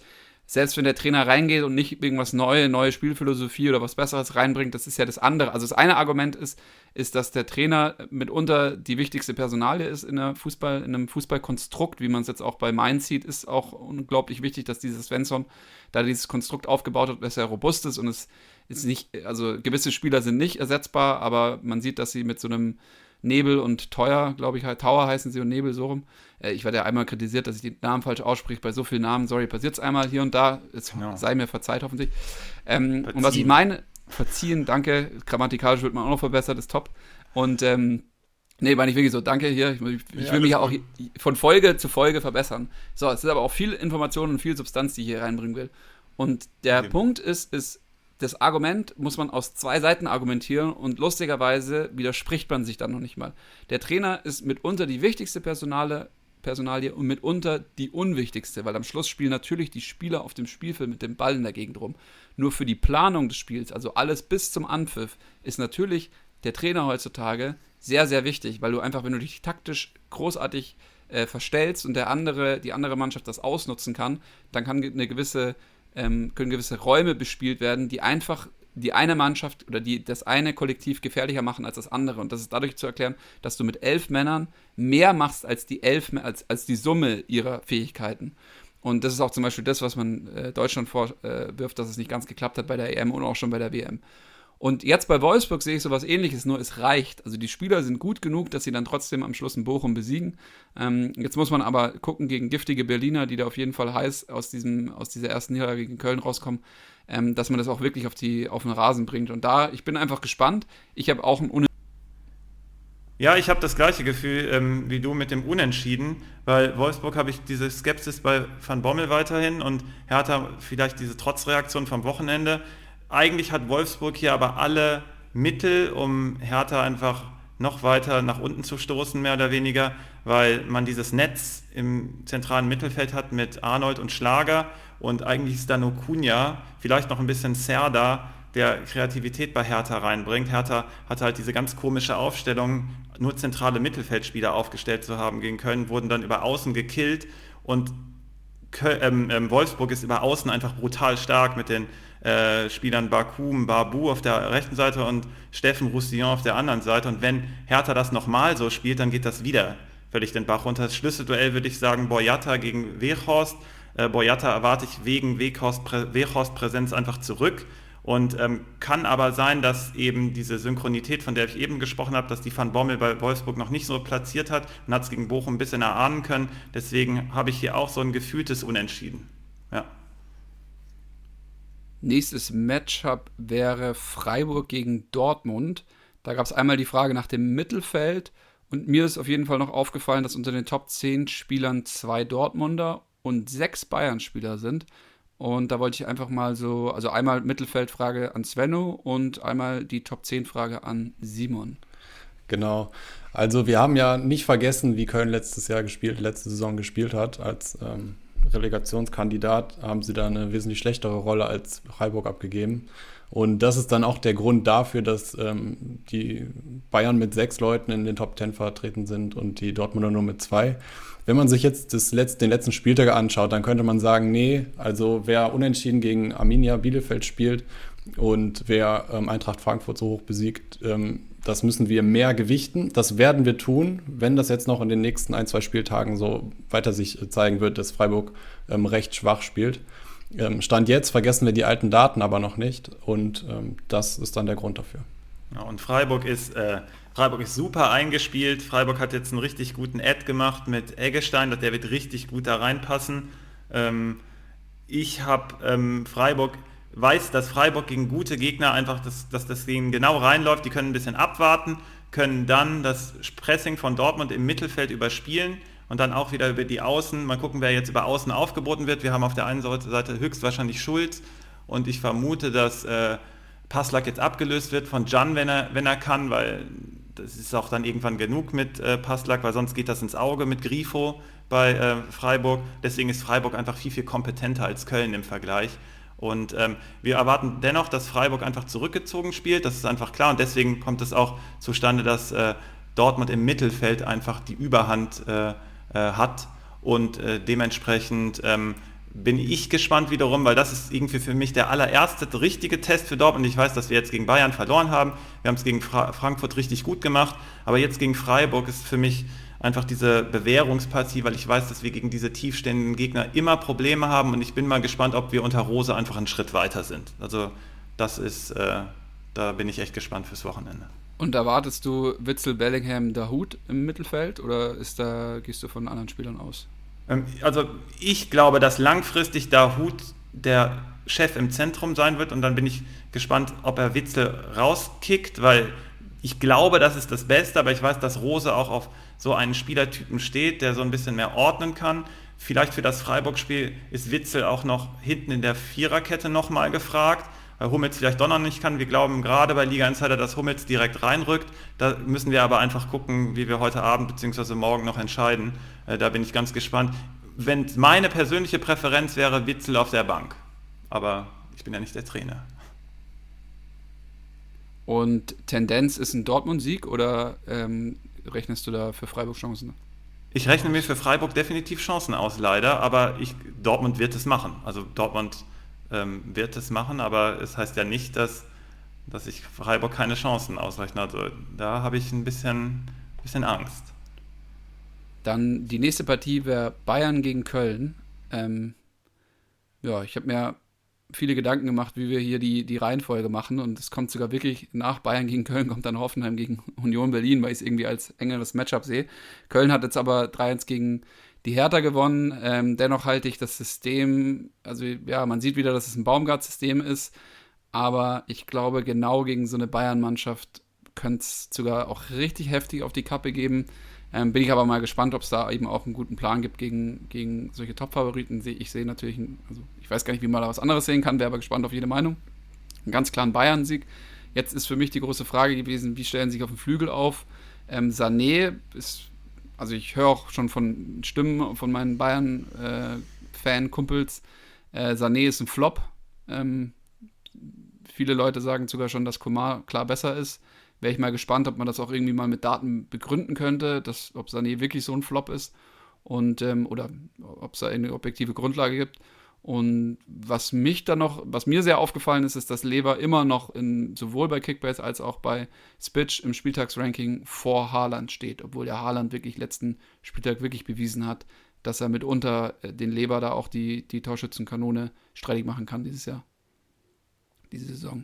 selbst wenn der Trainer reingeht und nicht irgendwas neue Spielphilosophie oder was Besseres reinbringt, das ist ja das andere. Also das eine Argument ist, dass der Trainer mitunter die wichtigste Personalie ist in einem Fußballkonstrukt, wie man es jetzt auch bei Mainz sieht, ist auch unglaublich wichtig, dass dieser Svensson da dieses Konstrukt aufgebaut hat, dass er robust ist und es ist nicht, also gewisse Spieler sind nicht ersetzbar, aber man sieht, dass sie mit so einem Nebel und Teuer, glaube ich, Tower heißen sie und Nebel, so rum. Ich werde ja einmal kritisiert, dass ich die Namen falsch ausspreche. Bei so vielen Namen, sorry, passiert es einmal hier und da. Sei mir verzeiht, hoffentlich. Und was ich meine, verziehen, danke. Grammatikalisch wird man auch noch verbessert, ist top. Und nee, meine ich wirklich so, danke hier. Ich will mich ja auch von Folge zu Folge verbessern. So, es ist aber auch viel Information und viel Substanz, die ich hier reinbringen will. Und der Punkt ist, das Argument muss man aus zwei Seiten argumentieren und lustigerweise widerspricht man sich dann noch nicht mal. Der Trainer ist mitunter die wichtigste Personalie und mitunter die unwichtigste, weil am Schluss spielen natürlich die Spieler auf dem Spielfeld mit dem Ball in der Gegend rum. Nur für die Planung des Spiels, also alles bis zum Anpfiff, ist natürlich der Trainer heutzutage sehr, sehr wichtig, weil du einfach, wenn du dich taktisch großartig verstellst und die andere Mannschaft das ausnutzen kann, dann können gewisse Räume bespielt werden, die einfach die eine Mannschaft oder das eine Kollektiv gefährlicher machen als das andere. Und das ist dadurch zu erklären, dass du mit 11 Männern mehr machst als als die Summe ihrer Fähigkeiten. Und das ist auch zum Beispiel das, was man Deutschland vorwirft, dass es nicht ganz geklappt hat bei der EM und auch schon bei der WM. Und jetzt bei Wolfsburg sehe ich sowas Ähnliches, nur es reicht. Also die Spieler sind gut genug, dass sie dann trotzdem am Schluss in Bochum besiegen. Jetzt muss man aber gucken gegen giftige Berliner, die da auf jeden Fall heiß aus dieser ersten Niederlage gegen Köln rauskommen, dass man das auch wirklich auf den Rasen bringt. Und ich bin einfach gespannt. Ich habe auch Ja, ich habe das gleiche Gefühl wie du mit dem Unentschieden. Bei Wolfsburg habe ich diese Skepsis bei Van Bommel weiterhin und Hertha vielleicht diese Trotzreaktion vom Wochenende. Eigentlich hat Wolfsburg hier aber alle Mittel, um Hertha einfach noch weiter nach unten zu stoßen, mehr oder weniger, weil man dieses Netz im zentralen Mittelfeld hat mit Arnold und Schlager und eigentlich ist da nur Cunha, vielleicht noch ein bisschen Serdar, der Kreativität bei Hertha reinbringt. Hertha hatte halt diese ganz komische Aufstellung, nur zentrale Mittelfeldspieler aufgestellt zu haben gegen Köln, wurden dann über Außen gekillt und Wolfsburg ist über Außen einfach brutal stark mit den Spielern Babu auf der rechten Seite und Steffen Roussillon auf der anderen Seite. Und wenn Hertha das nochmal so spielt, dann geht das wieder völlig den Bach runter. Das Schlüsselduell würde ich sagen, Boyata gegen Weghorst. Boyata erwarte ich wegen Weghorst Präsenz einfach zurück. Und kann aber sein, dass eben diese Synchronität, von der ich eben gesprochen habe, dass die Van Bommel bei Wolfsburg noch nicht so platziert hat und hat es gegen Bochum ein bisschen erahnen können. Deswegen habe ich hier auch so ein gefühltes Unentschieden. Ja. Nächstes Matchup wäre Freiburg gegen Dortmund. Da gab es einmal die Frage nach dem Mittelfeld und mir ist auf jeden Fall noch aufgefallen, dass unter den Top 10 Spielern 2 Dortmunder und 6 Bayern-Spieler sind. Und da wollte ich einfach mal also einmal Mittelfeldfrage an Svenno und einmal die Top 10 Frage an Simon. Genau. Also wir haben ja nicht vergessen, wie Köln letzte Saison gespielt hat. Als Relegationskandidat haben sie da eine wesentlich schlechtere Rolle als Freiburg abgegeben. Und das ist dann auch der Grund dafür, dass die Bayern mit 6 Leuten in den Top 10 vertreten sind und die Dortmunder nur mit 2. Wenn man sich jetzt den letzten Spieltag anschaut, dann könnte man sagen, nee, also wer unentschieden gegen Arminia Bielefeld spielt und wer Eintracht Frankfurt so hoch besiegt, das müssen wir mehr gewichten. Das werden wir tun, wenn das jetzt noch in den nächsten 1-2 Spieltagen so weiter sich zeigen wird, dass Freiburg recht schwach spielt. Stand jetzt vergessen wir die alten Daten aber noch nicht und das ist dann der Grund dafür. Ja, und Freiburg ist super eingespielt. Freiburg hat jetzt einen richtig guten Ad gemacht mit Eggestein, der wird richtig gut da reinpassen. Ich habe weiß, dass Freiburg gegen gute Gegner einfach, dass das Ding genau reinläuft. Die können ein bisschen abwarten, können dann das Pressing von Dortmund im Mittelfeld überspielen und dann auch wieder über die Außen. Mal gucken, wer jetzt über Außen aufgeboten wird. Wir haben auf der einen Seite höchstwahrscheinlich Schulz und ich vermute, dass Passlack jetzt abgelöst wird von Can, wenn er kann, weil das ist auch dann irgendwann genug mit Passlack, weil sonst geht das ins Auge mit Grifo bei Freiburg. Deswegen ist Freiburg einfach viel, viel kompetenter als Köln im Vergleich. Und wir erwarten dennoch, dass Freiburg einfach zurückgezogen spielt, das ist einfach klar. Und deswegen kommt es auch zustande, dass Dortmund im Mittelfeld einfach die Überhand hat. Und dementsprechend bin ich gespannt wiederum, weil das ist irgendwie für mich der allererste richtige Test für Dortmund. Ich weiß, dass wir jetzt gegen Bayern verloren haben. Wir haben es gegen Frankfurt richtig gut gemacht. Aber jetzt gegen Freiburg ist für mich einfach diese Bewährungspartie, weil ich weiß, dass wir gegen diese tiefstehenden Gegner immer Probleme haben. Und ich bin mal gespannt, ob wir unter Rose einfach einen Schritt weiter sind. Also das ist, da bin ich echt gespannt fürs Wochenende. Und erwartest du Witsel, Bellingham, Dahoud im Mittelfeld oder gehst du von anderen Spielern aus? Also ich glaube, dass langfristig Dahoud der Chef im Zentrum sein wird und dann bin ich gespannt, ob er Witsel rauskickt, weil ich glaube, das ist das Beste, aber ich weiß, dass Rose auch auf so einen Spielertypen steht, der so ein bisschen mehr ordnen kann. Vielleicht für das Freiburg-Spiel ist Witsel auch noch hinten in der Viererkette nochmal gefragt, weil Hummels vielleicht doch noch nicht kann. Wir glauben gerade bei Liga Insider, dass Hummels direkt reinrückt. Da müssen wir aber einfach gucken, wie wir heute Abend bzw. morgen noch entscheiden. Da bin ich ganz gespannt. Wenn meine persönliche Präferenz wäre, Witsel auf der Bank. Aber ich bin ja nicht der Trainer. Und Tendenz ist ein Dortmund-Sieg oder rechnest du da für Freiburg Chancen? Ich rechne mir für Freiburg definitiv Chancen aus, leider. Aber Dortmund wird es machen. Also Dortmund wird es machen, aber es heißt ja nicht, dass ich Freiburg keine Chancen ausrechne. Also da habe ich ein bisschen Angst. Dann die nächste Partie wäre Bayern gegen Köln. Ich habe mir viele Gedanken gemacht, wie wir hier die Reihenfolge machen und es kommt sogar wirklich nach Bayern gegen Köln, kommt dann Hoffenheim gegen Union Berlin, weil ich es irgendwie als engeres Matchup sehe. Köln hat jetzt aber 3-1 gegen die Hertha gewonnen. Dennoch halte ich das System, also ja, man sieht wieder, dass es ein Baumgart-System ist, aber ich glaube, genau gegen so eine Bayern-Mannschaft könnte es sogar auch richtig heftig auf die Kappe geben. Bin ich aber mal gespannt, ob es da eben auch einen guten Plan gibt gegen solche Top-Favoriten. Ich sehe natürlich, ich weiß gar nicht, wie man da was anderes sehen kann, wäre aber gespannt auf jede Meinung. Einen ganz klaren Bayern-Sieg. Jetzt ist für mich die große Frage gewesen, wie stellen sie sich auf den Flügel auf? Sané ist, also ich höre auch schon von Stimmen von meinen Bayern-Fan-Kumpels, Sané ist ein Flop. Viele Leute sagen sogar schon, dass Coman klar besser ist. Wäre ich mal gespannt, ob man das auch irgendwie mal mit Daten begründen könnte, ob Sané wirklich so ein Flop ist oder ob es da eine objektive Grundlage gibt. Und was mir sehr aufgefallen ist, dass Lever immer noch sowohl bei Kickbase als auch bei Spitch im Spieltagsranking vor Haaland steht, obwohl der Haaland wirklich letzten Spieltag wirklich bewiesen hat, dass er mitunter den Lever da auch die Torschützenkanone streitig machen kann diese Saison.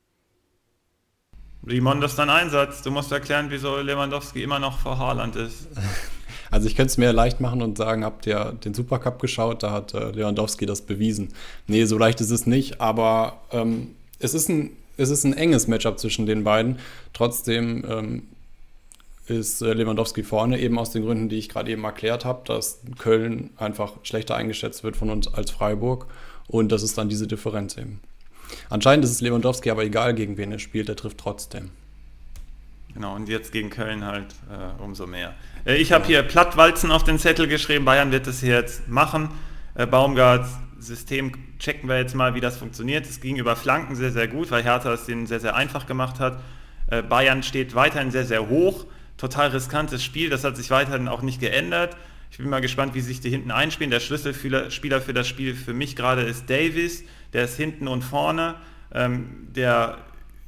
Simon, das ist dein Einsatz. Du musst erklären, wieso Lewandowski immer noch vor Haaland ist. Also ich könnte es mir leicht machen und sagen, habt ihr den Supercup geschaut? Da hat Lewandowski das bewiesen. Nee, so leicht ist es nicht, aber es ist ein enges Matchup zwischen den beiden. Trotzdem ist Lewandowski vorne, eben aus den Gründen, die ich gerade eben erklärt habe, dass Köln einfach schlechter eingeschätzt wird von uns als Freiburg und das ist dann diese Differenz eben. Anscheinend ist es Lewandowski aber egal, gegen wen er spielt, er trifft trotzdem. Genau, und jetzt gegen Köln halt umso mehr. Ich habe hier Plattwalzen auf den Zettel geschrieben, Bayern wird es hier jetzt machen. Baumgarts System checken wir jetzt mal, wie das funktioniert. Es ging über Flanken sehr, sehr gut, weil Hertha es denen sehr, sehr einfach gemacht hat. Bayern steht weiterhin sehr, sehr hoch. Total riskantes Spiel, das hat sich weiterhin auch nicht geändert. Ich bin mal gespannt, wie sich die hinten einspielen. Der Schlüsselspieler für das Spiel für mich gerade ist Davies. Der ist hinten und vorne. Der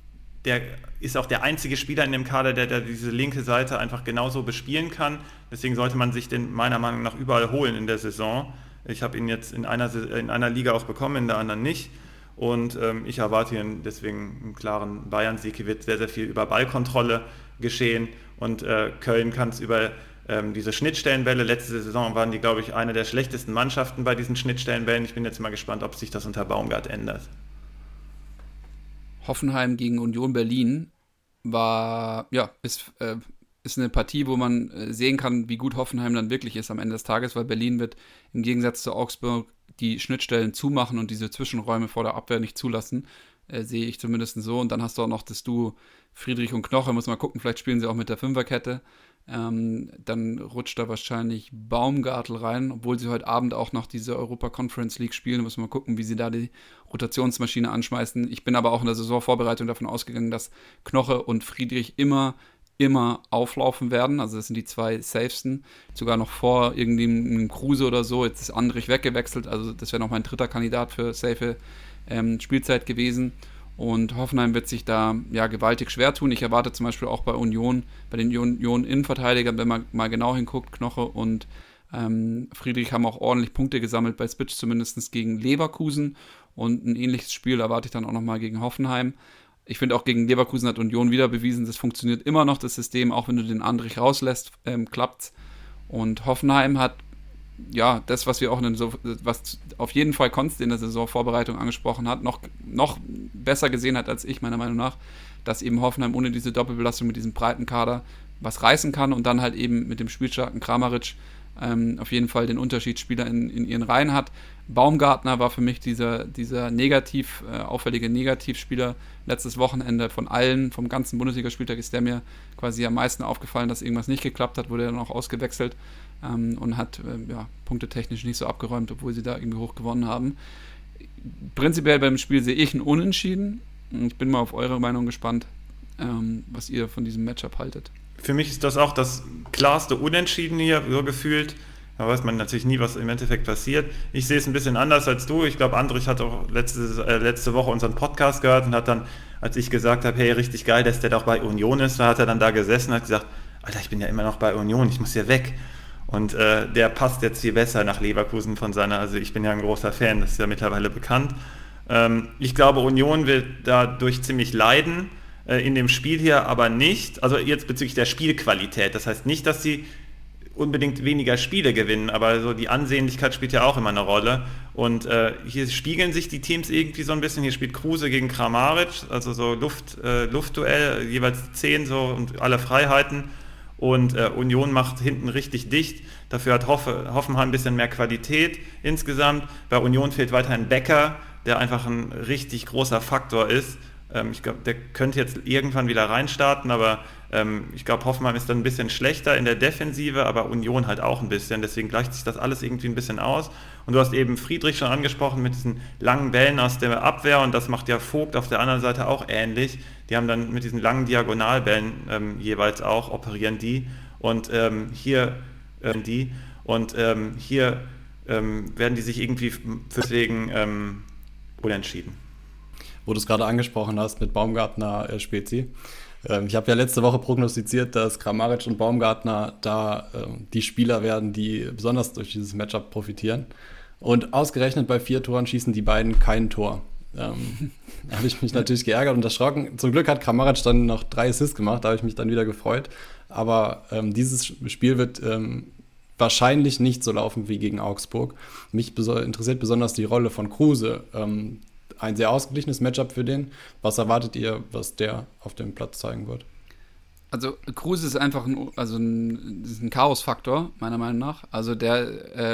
ist auch der einzige Spieler in dem Kader, der diese linke Seite einfach genauso bespielen kann. Deswegen sollte man sich den meiner Meinung nach überall holen in der Saison. Ich habe ihn jetzt in einer Liga auch bekommen, in der anderen nicht. Und ich erwarte hier deswegen einen klaren Bayern-Sieg. Hier wird sehr, sehr viel über Ballkontrolle geschehen. Und Köln kann es über diese Schnittstellenbälle. Letzte Saison waren die, glaube ich, eine der schlechtesten Mannschaften bei diesen Schnittstellenbällen. Ich bin jetzt mal gespannt, ob sich das unter Baumgart ändert. Hoffenheim gegen Union Berlin ist eine Partie, wo man sehen kann, wie gut Hoffenheim dann wirklich ist am Ende des Tages, weil Berlin wird im Gegensatz zu Augsburg die Schnittstellen zumachen und diese Zwischenräume vor der Abwehr nicht zulassen. Sehe ich zumindest so. Und dann hast du auch noch das Duo Friedrich und Knoche. Muss mal gucken, vielleicht spielen sie auch mit der Fünferkette. Dann rutscht da wahrscheinlich Baumgartel rein, obwohl sie heute Abend auch noch diese Europa Conference League spielen. Müssen wir mal gucken, wie sie da die Rotationsmaschine anschmeißen. Ich bin aber auch in der Saisonvorbereitung davon ausgegangen, dass Knoche und Friedrich immer immer auflaufen werden. Also das sind die 2 safesten, sogar noch vor irgendeinem Kruse oder so. Jetzt ist Andrich weggewechselt, also das wäre noch mein 3. Kandidat für safe Spielzeit gewesen. Und Hoffenheim wird sich da ja gewaltig schwer tun. Ich erwarte zum Beispiel auch bei Union, bei den Union-Innenverteidigern, wenn man mal genau hinguckt, Knoche und Friedrich haben auch ordentlich Punkte gesammelt, bei Spitz zumindest gegen Leverkusen. Und ein ähnliches Spiel erwarte ich dann auch nochmal gegen Hoffenheim. Ich finde auch gegen Leverkusen hat Union wieder bewiesen, das funktioniert immer noch, das System, auch wenn du den Andrich rauslässt, klappt's. Und Hoffenheim hat ja das, was wir auch was auf jeden Fall Konst in der Saisonvorbereitung angesprochen hat, noch besser gesehen hat als ich, meiner Meinung nach, dass eben Hoffenheim ohne diese Doppelbelastung mit diesem breiten Kader was reißen kann und dann halt eben mit dem spielstarken Kramaric auf jeden Fall den Unterschiedsspieler in ihren Reihen hat. Baumgartner war für mich dieser auffällige Negativspieler letztes Wochenende von allen, vom ganzen Bundesligaspieltag ist der mir quasi am meisten aufgefallen, dass irgendwas nicht geklappt hat, wurde dann auch ausgewechselt und hat punktetechnisch nicht so abgeräumt, obwohl sie da irgendwie hoch gewonnen haben. Prinzipiell beim Spiel sehe ich ein Unentschieden. Ich bin mal auf eure Meinung gespannt, was ihr von diesem Matchup haltet. Für mich ist das auch das klarste Unentschieden hier, so gefühlt. Da weiß man natürlich nie, was im Endeffekt passiert. Ich sehe es ein bisschen anders als du. Ich glaube, Andrich hat auch letzte Woche unseren Podcast gehört und hat dann, als ich gesagt habe, hey, richtig geil, dass der doch bei Union ist, da hat er dann da gesessen und hat gesagt, Alter, ich bin ja immer noch bei Union, ich muss ja weg. Und der passt jetzt viel besser nach Leverkusen also ich bin ja ein großer Fan, das ist ja mittlerweile bekannt. Ich glaube, Union wird dadurch ziemlich leiden in dem Spiel hier, aber nicht, also jetzt bezüglich der Spielqualität. Das heißt nicht, dass sie unbedingt weniger Spiele gewinnen, aber so die Ansehnlichkeit spielt ja auch immer eine Rolle. Und hier spiegeln sich die Teams irgendwie so ein bisschen. Hier spielt Kruse gegen Kramaric, also so Luftduell, jeweils 10 so und alle Freiheiten. Und Union macht hinten richtig dicht. Dafür hat Hoffenheim ein bisschen mehr Qualität insgesamt. Bei Union fehlt weiterhin Becker, der einfach ein richtig großer Faktor ist. Ich glaube, der könnte jetzt irgendwann wieder reinstarten, aber ich glaube, Hoffenheim ist dann ein bisschen schlechter in der Defensive, aber Union halt auch ein bisschen. Deswegen gleicht sich das alles irgendwie ein bisschen aus. Und du hast eben Friedrich schon angesprochen mit diesen langen Bällen aus der Abwehr und das macht ja Vogt auf der anderen Seite auch ähnlich. Die haben dann mit diesen langen Diagonalbällen jeweils auch, operieren die. Und hier werden die sich irgendwie deswegen unentschieden. Wo du es gerade angesprochen hast mit Baumgartner Spezi. Ich habe ja letzte Woche prognostiziert, dass Kramaric und Baumgartner da die Spieler werden, die besonders durch dieses Matchup profitieren. Und ausgerechnet bei 4 Toren schießen die beiden kein Tor. Da habe ich mich natürlich geärgert und erschrocken. Zum Glück hat Kramaric dann noch 3 Assists gemacht, da habe ich mich dann wieder gefreut. Aber dieses Spiel wird wahrscheinlich nicht so laufen wie gegen Augsburg. Mich interessiert besonders die Rolle von Kruse. Ein sehr ausgeglichenes Matchup für den. Was erwartet ihr, was der auf dem Platz zeigen wird? Also Kruse ist einfach ein Chaos-Faktor, meiner Meinung nach. Also der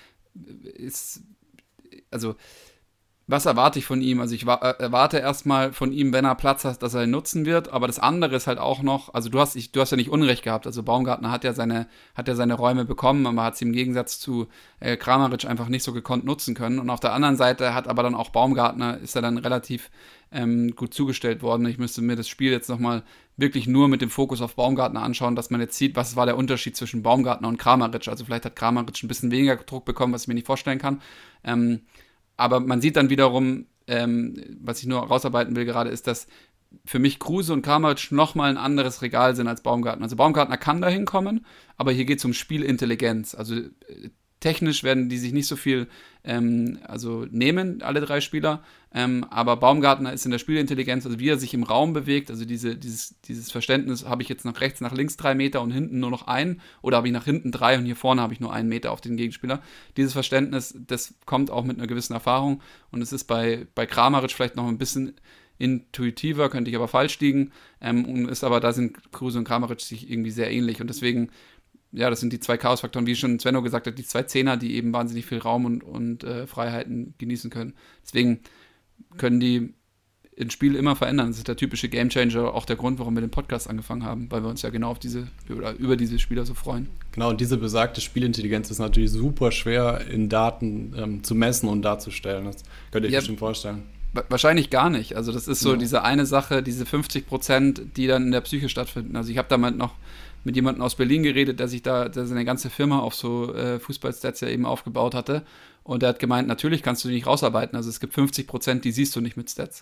was erwarte ich von ihm? Also ich erwarte erstmal von ihm, wenn er Platz hat, dass er ihn nutzen wird, aber das andere ist halt auch noch, also du hast ja nicht Unrecht gehabt, also Baumgartner hat ja seine Räume bekommen, aber hat sie im Gegensatz zu Kramaric einfach nicht so gekonnt nutzen können und auf der anderen Seite hat aber dann auch Baumgartner, ist er dann relativ gut zugestellt worden. Ich müsste mir das Spiel jetzt nochmal wirklich nur mit dem Fokus auf Baumgartner anschauen, dass man jetzt sieht, was war der Unterschied zwischen Baumgartner und Kramaric, also vielleicht hat Kramaric ein bisschen weniger Druck bekommen, was ich mir nicht vorstellen kann, aber man sieht dann wiederum, was ich nur rausarbeiten will gerade, ist, dass für mich Kruse und Kramaric nochmal ein anderes Regal sind als Baumgartner. Also Baumgartner kann da hinkommen, aber hier geht es um Spielintelligenz. Also technisch werden die sich nicht so viel nehmen, alle 3 Spieler, aber Baumgartner ist in der Spielintelligenz, also wie er sich im Raum bewegt, also dieses Verständnis, habe ich jetzt nach rechts, nach links 3 Meter und hinten nur noch 1 oder habe ich nach hinten 3 und hier vorne habe ich nur 1 Meter auf den Gegenspieler. Dieses Verständnis, das kommt auch mit einer gewissen Erfahrung und es ist bei Kramaric vielleicht noch ein bisschen intuitiver, könnte ich aber falsch liegen, da sind Kruse und Kramaric sich irgendwie sehr ähnlich und deswegen ja, das sind die 2 Chaos-Faktoren, wie schon Svenno gesagt hat, die 2 Zehner, die eben wahnsinnig viel Raum und Freiheiten genießen können. Deswegen können die ein Spiel immer verändern. Das ist der typische Gamechanger, auch der Grund, warum wir den Podcast angefangen haben, weil wir uns ja genau auf über diese Spieler so freuen. Genau, und diese besagte Spielintelligenz ist natürlich super schwer in Daten zu messen und darzustellen. Das könnt ihr euch bestimmt vorstellen. Wahrscheinlich gar nicht. Also das ist so diese eine Sache, diese 50%, die dann in der Psyche stattfinden. Also ich habe damals noch mit jemandem aus Berlin geredet, der seine ganze Firma auf so Fußballstats ja eben aufgebaut hatte. Und der hat gemeint, natürlich kannst du die nicht rausarbeiten. Also es gibt 50%, die siehst du nicht mit Stats.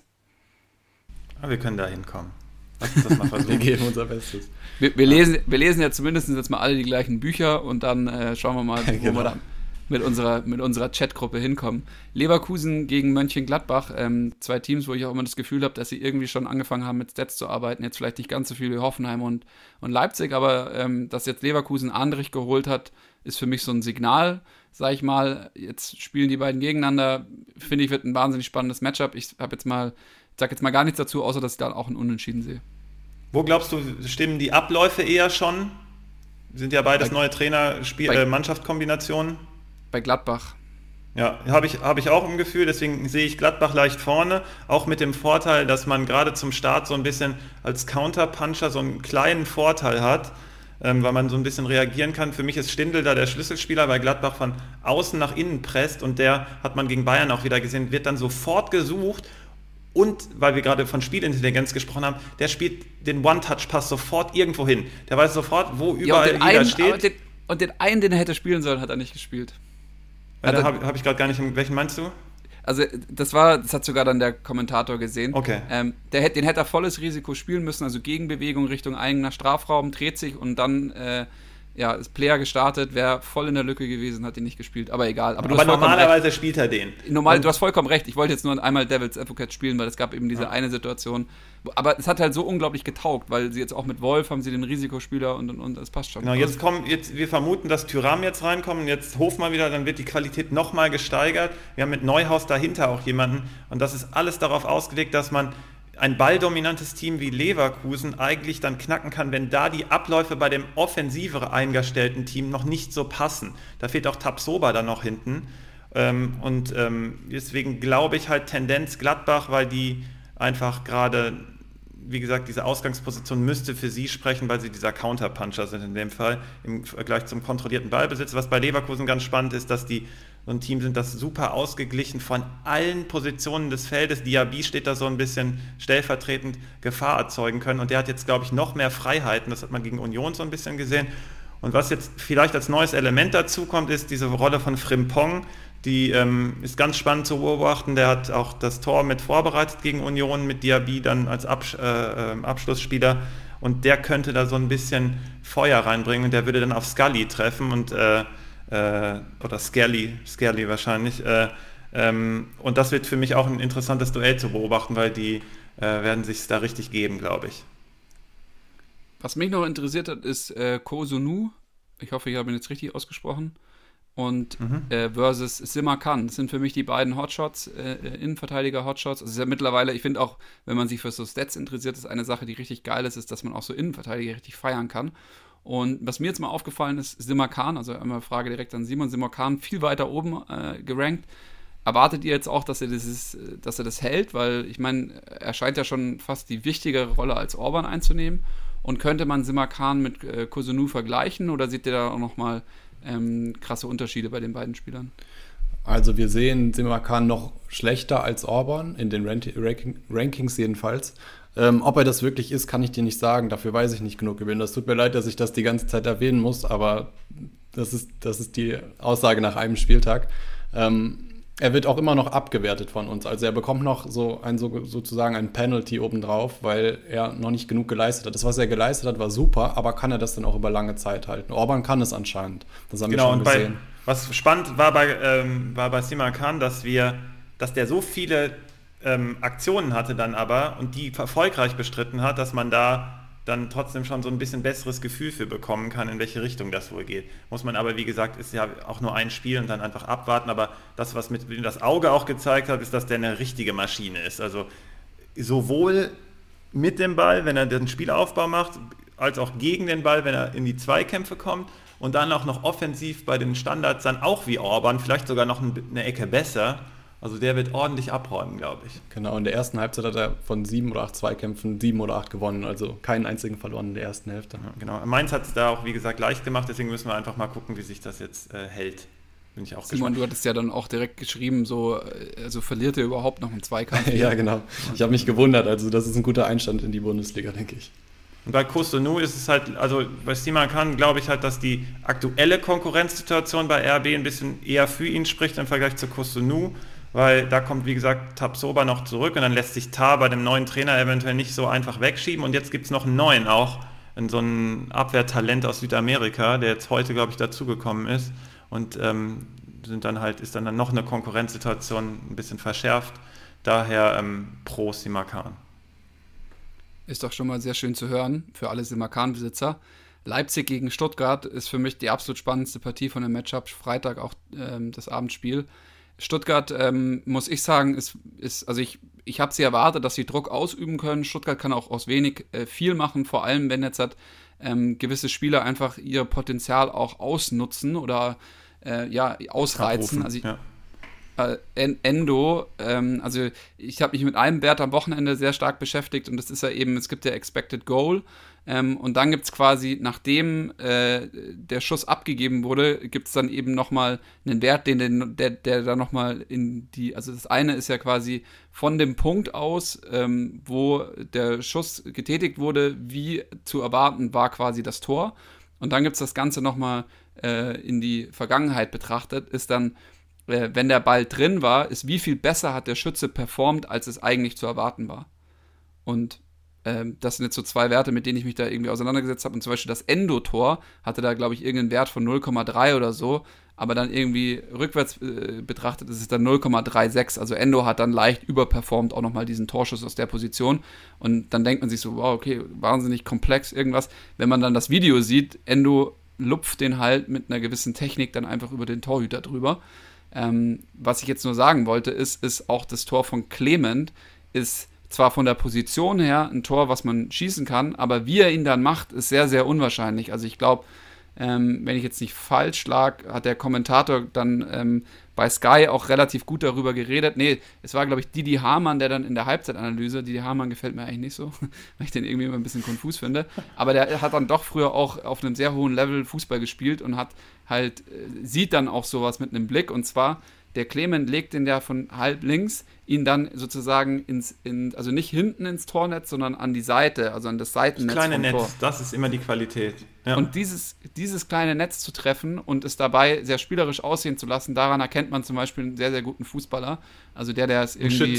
Aber wir können da hinkommen. Lass uns das mal versuchen. Wir geben unser Bestes. Wir lesen ja zumindest jetzt mal alle die gleichen Bücher und dann schauen wir mal, wo wir dann mit unserer Chatgruppe hinkommen. Leverkusen gegen Mönchengladbach, 2 Teams, wo ich auch immer das Gefühl habe, dass sie irgendwie schon angefangen haben, mit Stats zu arbeiten. Jetzt vielleicht nicht ganz so viel wie Hoffenheim und Leipzig, aber dass jetzt Leverkusen Andrich geholt hat, ist für mich so ein Signal, sag ich mal. Jetzt spielen die beiden gegeneinander. Finde ich, wird ein wahnsinnig spannendes Matchup. Ich sag jetzt mal gar nichts dazu, außer dass ich da auch ein Unentschieden sehe. Wo glaubst du, stimmen die Abläufe eher schon? Sind ja beides neue Trainer-Mannschaft-Kombinationen. Bei Gladbach. Ja, habe ich auch im Gefühl, deswegen sehe ich Gladbach leicht vorne, auch mit dem Vorteil, dass man gerade zum Start so ein bisschen als Counterpuncher so einen kleinen Vorteil hat, weil man so ein bisschen reagieren kann. Für mich ist Stindl da der Schlüsselspieler, weil Gladbach von außen nach innen presst und der, hat man gegen Bayern auch wieder gesehen, wird dann sofort gesucht. Und, weil wir gerade von Spielintelligenz gesprochen haben, der spielt den One-Touch-Pass sofort irgendwo hin. Der weiß sofort, wo überall jeder steht. Und den einen, den er hätte spielen sollen, hat er nicht gespielt. Hab ich gerade gar nicht, welchen meinst du? Also das hat sogar dann der Kommentator gesehen. Okay. Den hätte er volles Risiko spielen müssen, also Gegenbewegung Richtung eigener Strafraum, dreht sich und dann ist Player gestartet, wäre voll in der Lücke gewesen, hat ihn nicht gespielt, aber egal. Aber normalerweise spielt er den. Du hast vollkommen recht, ich wollte jetzt nur einmal Devil's Advocate spielen, weil es gab eben diese eine Situation, aber es hat halt so unglaublich getaugt, weil sie jetzt auch mit Wolf haben sie den Risikospieler und das passt schon. Genau, wir vermuten, dass Thuram jetzt reinkommt, jetzt Hofmann wieder, dann wird die Qualität nochmal gesteigert. Wir haben mit Neuhaus dahinter auch jemanden und das ist alles darauf ausgelegt, dass man ein balldominantes Team wie Leverkusen eigentlich dann knacken kann, wenn da die Abläufe bei dem offensiver eingestellten Team noch nicht so passen. Da fehlt auch Tapsoba dann noch hinten. Deswegen glaube ich halt Tendenz Gladbach, weil die einfach gerade, wie gesagt, diese Ausgangsposition müsste für sie sprechen, weil sie dieser Counterpuncher sind in dem Fall, im Vergleich zum kontrollierten Ballbesitz. Was bei Leverkusen ganz spannend ist, dass die so ein Team sind, das super ausgeglichen von allen Positionen des Feldes. Diaby steht da so ein bisschen stellvertretend Gefahr erzeugen können. Und der hat jetzt, glaube ich, noch mehr Freiheiten. Das hat man gegen Union so ein bisschen gesehen. Und was jetzt vielleicht als neues Element dazu kommt, ist diese Rolle von Frimpong. Die ist ganz spannend zu beobachten. Der hat auch das Tor mit vorbereitet gegen Union, mit Diaby dann als Abschlussspieler. Und der könnte da so ein bisschen Feuer reinbringen. Und der würde dann auf Scully treffen oder Skelly wahrscheinlich. Und das wird für mich auch ein interessantes Duell zu beobachten, weil die werden sich da richtig geben, glaube ich. Was mich noch interessiert hat, ist Kosunu. Ich hoffe, ich habe ihn jetzt richtig ausgesprochen. Und versus Simakan. Das sind für mich die beiden Hotshots, Innenverteidiger-Hotshots. Also ist ja mittlerweile, ich finde auch, wenn man sich für so Stats interessiert, ist eine Sache, die richtig geil ist, dass man auch so Innenverteidiger richtig feiern kann. Und was mir jetzt mal aufgefallen ist, Simakan, also einmal Frage direkt an Simon, Simakan viel weiter oben gerankt. Erwartet ihr jetzt auch, dass er das hält? Weil ich meine, er scheint ja schon fast die wichtigere Rolle als Orban einzunehmen. Und könnte man Simakan mit Kosunu vergleichen oder seht ihr da auch nochmal krasse Unterschiede bei den beiden Spielern? Also wir sehen Simakan noch schlechter als Orban, in den Rankings jedenfalls. Ob er das wirklich ist, kann ich dir nicht sagen. Dafür weiß ich nicht genug über ihn. Das tut mir leid, dass ich das die ganze Zeit erwähnen muss, aber das ist die Aussage nach einem Spieltag. Er wird auch immer noch abgewertet von uns. Also er bekommt noch sozusagen ein Penalty obendrauf, weil er noch nicht genug geleistet hat. Das, was er geleistet hat, war super, aber kann er das dann auch über lange Zeit halten? Orban kann es anscheinend. Das haben wir schon gesehen. Was spannend war bei Simakan, dass der so viele Aktionen hatte dann aber und die erfolgreich bestritten hat, dass man da dann trotzdem schon so ein bisschen besseres Gefühl für bekommen kann, in welche Richtung das wohl geht. Muss man aber, wie gesagt, ist ja auch nur ein Spiel und dann einfach abwarten, aber das, was mit das Auge auch gezeigt hat, ist, dass der eine richtige Maschine ist. Also sowohl mit dem Ball, wenn er den Spielaufbau macht, als auch gegen den Ball, wenn er in die Zweikämpfe kommt und dann auch noch offensiv bei den Standards dann auch wie Orban, vielleicht sogar noch eine Ecke besser. Also der wird ordentlich abräumen, glaube ich. Genau, in der ersten Halbzeit hat er von 7 oder 8 Zweikämpfen 7 oder 8 gewonnen, also keinen einzigen verloren in der ersten Hälfte. Ja, genau, Mainz hat es da auch, wie gesagt, leicht gemacht, deswegen müssen wir einfach mal gucken, wie sich das jetzt hält. bin ich auch Simon, gespannt. du hattest ja dann auch direkt geschrieben, so, also verliert er überhaupt noch einen Zweikampf? Ja, genau. Ich habe mich gewundert. Also das ist ein guter Einstand in die Bundesliga, denke ich. Und bei Cotonou ist es halt, also bei Simakan glaube ich halt, dass die aktuelle Konkurrenzsituation bei RB ein bisschen eher für ihn spricht im Vergleich zu Cotonou, weil da kommt, wie gesagt, Tapsoba noch zurück und dann lässt sich Tah bei dem neuen Trainer eventuell nicht so einfach wegschieben und jetzt gibt es noch einen neuen auch, so ein Abwehrtalent aus Südamerika, der jetzt heute, glaube ich, dazugekommen ist und ist dann noch eine Konkurrenzsituation ein bisschen verschärft, daher pro Simakan. Ist doch schon mal sehr schön zu hören für alle Simakan-Besitzer. Leipzig gegen Stuttgart ist für mich die absolut spannendste Partie von dem Matchup. Freitag auch das Abendspiel. Stuttgart, muss ich sagen, also ich habe sie erwartet, dass sie Druck ausüben können. Stuttgart kann auch aus wenig viel machen, vor allem wenn jetzt gewisse Spieler einfach ihr Potenzial auch ausnutzen oder ausreizen. Abrufen, Also ja. Endo, also ich habe mich mit einem Wert am Wochenende sehr stark beschäftigt und das ist ja eben, es gibt ja Expected Goal und dann gibt es quasi, nachdem der Schuss abgegeben wurde, gibt es dann eben nochmal einen Wert, der dann nochmal also das eine ist ja quasi von dem Punkt aus, wo der Schuss getätigt wurde, wie zu erwarten war quasi das Tor und dann gibt es das Ganze nochmal in die Vergangenheit betrachtet, ist dann wenn der Ball drin war, ist, wie viel besser hat der Schütze performt, als es eigentlich zu erwarten war. Und das sind jetzt so zwei Werte, mit denen ich mich da irgendwie auseinandergesetzt habe. Und zum Beispiel das Endo-Tor hatte da, glaube ich, irgendeinen Wert von 0,3 oder so. Aber dann irgendwie rückwärts betrachtet ist es dann 0,36. Also Endo hat dann leicht überperformt auch nochmal diesen Torschuss aus der Position. Und dann denkt man sich so, wow, okay, wahnsinnig komplex irgendwas. Wenn man dann das Video sieht, Endo lupft den halt mit einer gewissen Technik dann einfach über den Torhüter drüber. Was ich jetzt nur sagen wollte, ist auch das Tor von Clement ist zwar von der Position her ein Tor, was man schießen kann, aber wie er ihn dann macht, ist sehr, sehr unwahrscheinlich. Also ich glaube, wenn ich jetzt nicht falsch lag, hat der Kommentator dann bei Sky auch relativ gut darüber geredet. Nee, es war, glaube ich, Didi Hamann, der dann in der Halbzeitanalyse, Didi Hamann gefällt mir eigentlich nicht so, weil ich den irgendwie immer ein bisschen konfus finde, aber der hat dann doch früher auch auf einem sehr hohen Level Fußball gespielt und hat halt, sieht dann auch sowas mit einem Blick, und zwar, der Clement legt den der von halb links, ihn dann sozusagen also nicht hinten ins Tornetz, sondern an die Seite, also an das Seitennetz Das kleine vom Netz, Tor. das ist immer die Qualität. Ja. Und dieses kleine Netz zu treffen und es dabei sehr spielerisch aussehen zu lassen, daran erkennt man zum Beispiel einen sehr, sehr guten Fußballer. Also der es irgendwie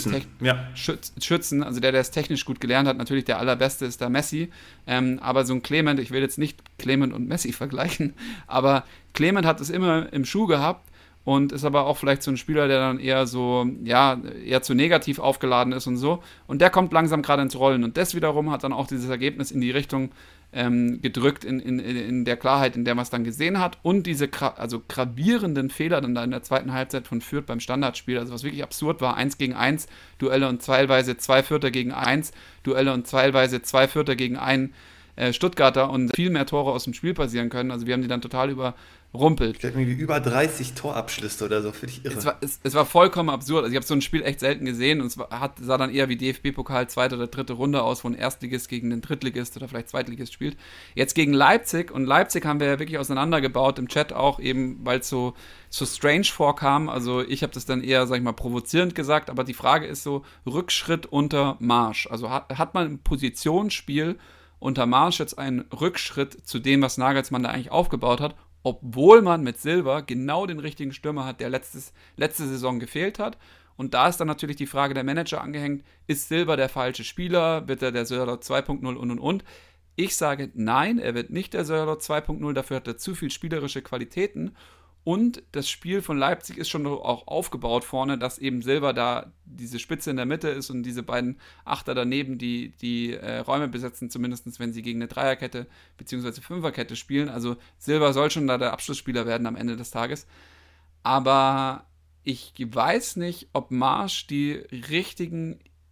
Schützen, also der es technisch gut gelernt hat. Natürlich der allerbeste ist da Messi. Aber so ein Clement, ich will jetzt nicht Clement und Messi vergleichen, aber Clement hat es immer im Schuh gehabt und ist aber auch vielleicht so ein Spieler, der dann eher so, ja, eher zu negativ aufgeladen ist und so. Und der kommt langsam gerade ins Rollen. Und das wiederum hat dann auch dieses Ergebnis in die Richtung gedrückt, in der Klarheit, in der man es dann gesehen hat. Und diese gravierenden Fehler dann da in der zweiten Halbzeit von Fürth beim Standardspiel, also was wirklich absurd war, 1 gegen 1 Duelle und teilweise 2 Fürther gegen 1 Duelle und teilweise 2 Fürther gegen einen Stuttgarter und viel mehr Tore aus dem Spiel passieren können. Also wir haben die dann total überrumpelt. Ich glaube, irgendwie über 30 Torabschlüsse oder so, finde ich irre. Es war vollkommen absurd. Also ich habe so ein Spiel echt selten gesehen und sah dann eher wie DFB-Pokal zweite oder dritte Runde aus, wo ein Erstligist gegen den Drittligist oder vielleicht Zweitligist spielt. Jetzt gegen Leipzig, und Leipzig haben wir ja wirklich auseinandergebaut, im Chat auch eben, weil es so strange vorkam. Also ich habe das dann eher, sag ich mal, provozierend gesagt, aber die Frage ist so, Rückschritt unter Marsch. Also hat man im Positionsspiel unter Marsch jetzt einen Rückschritt zu dem, was Nagelsmann da eigentlich aufgebaut hat, obwohl man mit Silva genau den richtigen Stürmer hat, der letzte Saison gefehlt hat. Und da ist dann natürlich die Frage der Manager angehängt, ist Silva der falsche Spieler, wird er der Sörloth 2.0 und. Ich sage nein, er wird nicht der Sörloth 2.0, dafür hat er zu viel spielerische Qualitäten. Und das Spiel von Leipzig ist schon auch aufgebaut vorne, dass eben Silva da diese Spitze in der Mitte ist und diese beiden Achter daneben, die Räume besetzen, zumindest wenn sie gegen eine Dreierkette bzw. Fünferkette spielen. Also Silva soll schon da der Abschlussspieler werden am Ende des Tages. Aber ich weiß nicht, ob Marsch die richtigen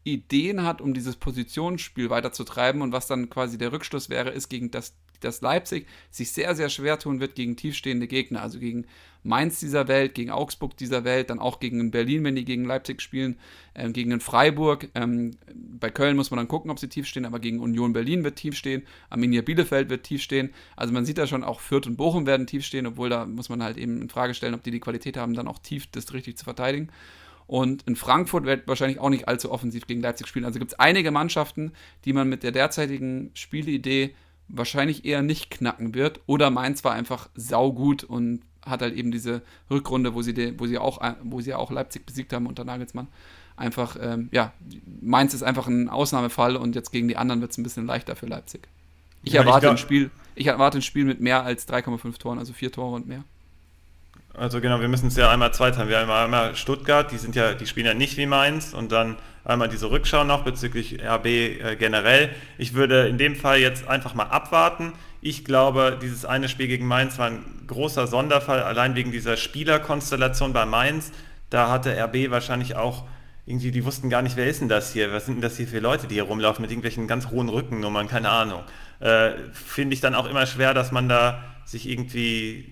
Ideen hat, um dieses Positionsspiel weiterzutreiben und was dann quasi der Rückschluss wäre, ist gegen dass Leipzig sich sehr, sehr schwer tun wird gegen tiefstehende Gegner, also gegen Mainz dieser Welt, gegen Augsburg dieser Welt, dann auch gegen Berlin, wenn die gegen Leipzig spielen, gegen den Freiburg. Bei Köln muss man dann gucken, ob sie tief stehen, aber gegen Union Berlin wird tief stehen, Arminia Bielefeld wird tief stehen. Also man sieht da schon, auch Fürth und Bochum werden tief stehen, obwohl da muss man halt eben in Frage stellen, ob die Qualität haben, dann auch tief das richtig zu verteidigen. Und in Frankfurt wird wahrscheinlich auch nicht allzu offensiv gegen Leipzig spielen. Also gibt es einige Mannschaften, die man mit der derzeitigen Spielidee wahrscheinlich eher nicht knacken wird. Oder Mainz war einfach saugut und hat halt eben diese Rückrunde, wo sie auch Leipzig besiegt haben unter Nagelsmann. Einfach, Mainz ist einfach ein Ausnahmefall und jetzt gegen die anderen wird es ein bisschen leichter für Leipzig. Ich erwarte ein Spiel mit mehr als 3,5 Toren, also 4 Tore und mehr. Also genau, wir müssen es ja einmal zweiteilen. Wir haben einmal Stuttgart, die spielen ja nicht wie Mainz, und dann einmal diese Rückschau noch bezüglich RB generell. Ich würde in dem Fall jetzt einfach mal abwarten. Ich glaube, dieses eine Spiel gegen Mainz war ein großer Sonderfall, allein wegen dieser Spielerkonstellation bei Mainz. Da hatte RB wahrscheinlich auch irgendwie, die wussten gar nicht, wer ist denn das hier? Was sind denn das hier für Leute, die hier rumlaufen mit irgendwelchen ganz hohen Rückennummern? Keine Ahnung. Finde ich dann auch immer schwer, dass man da sich irgendwie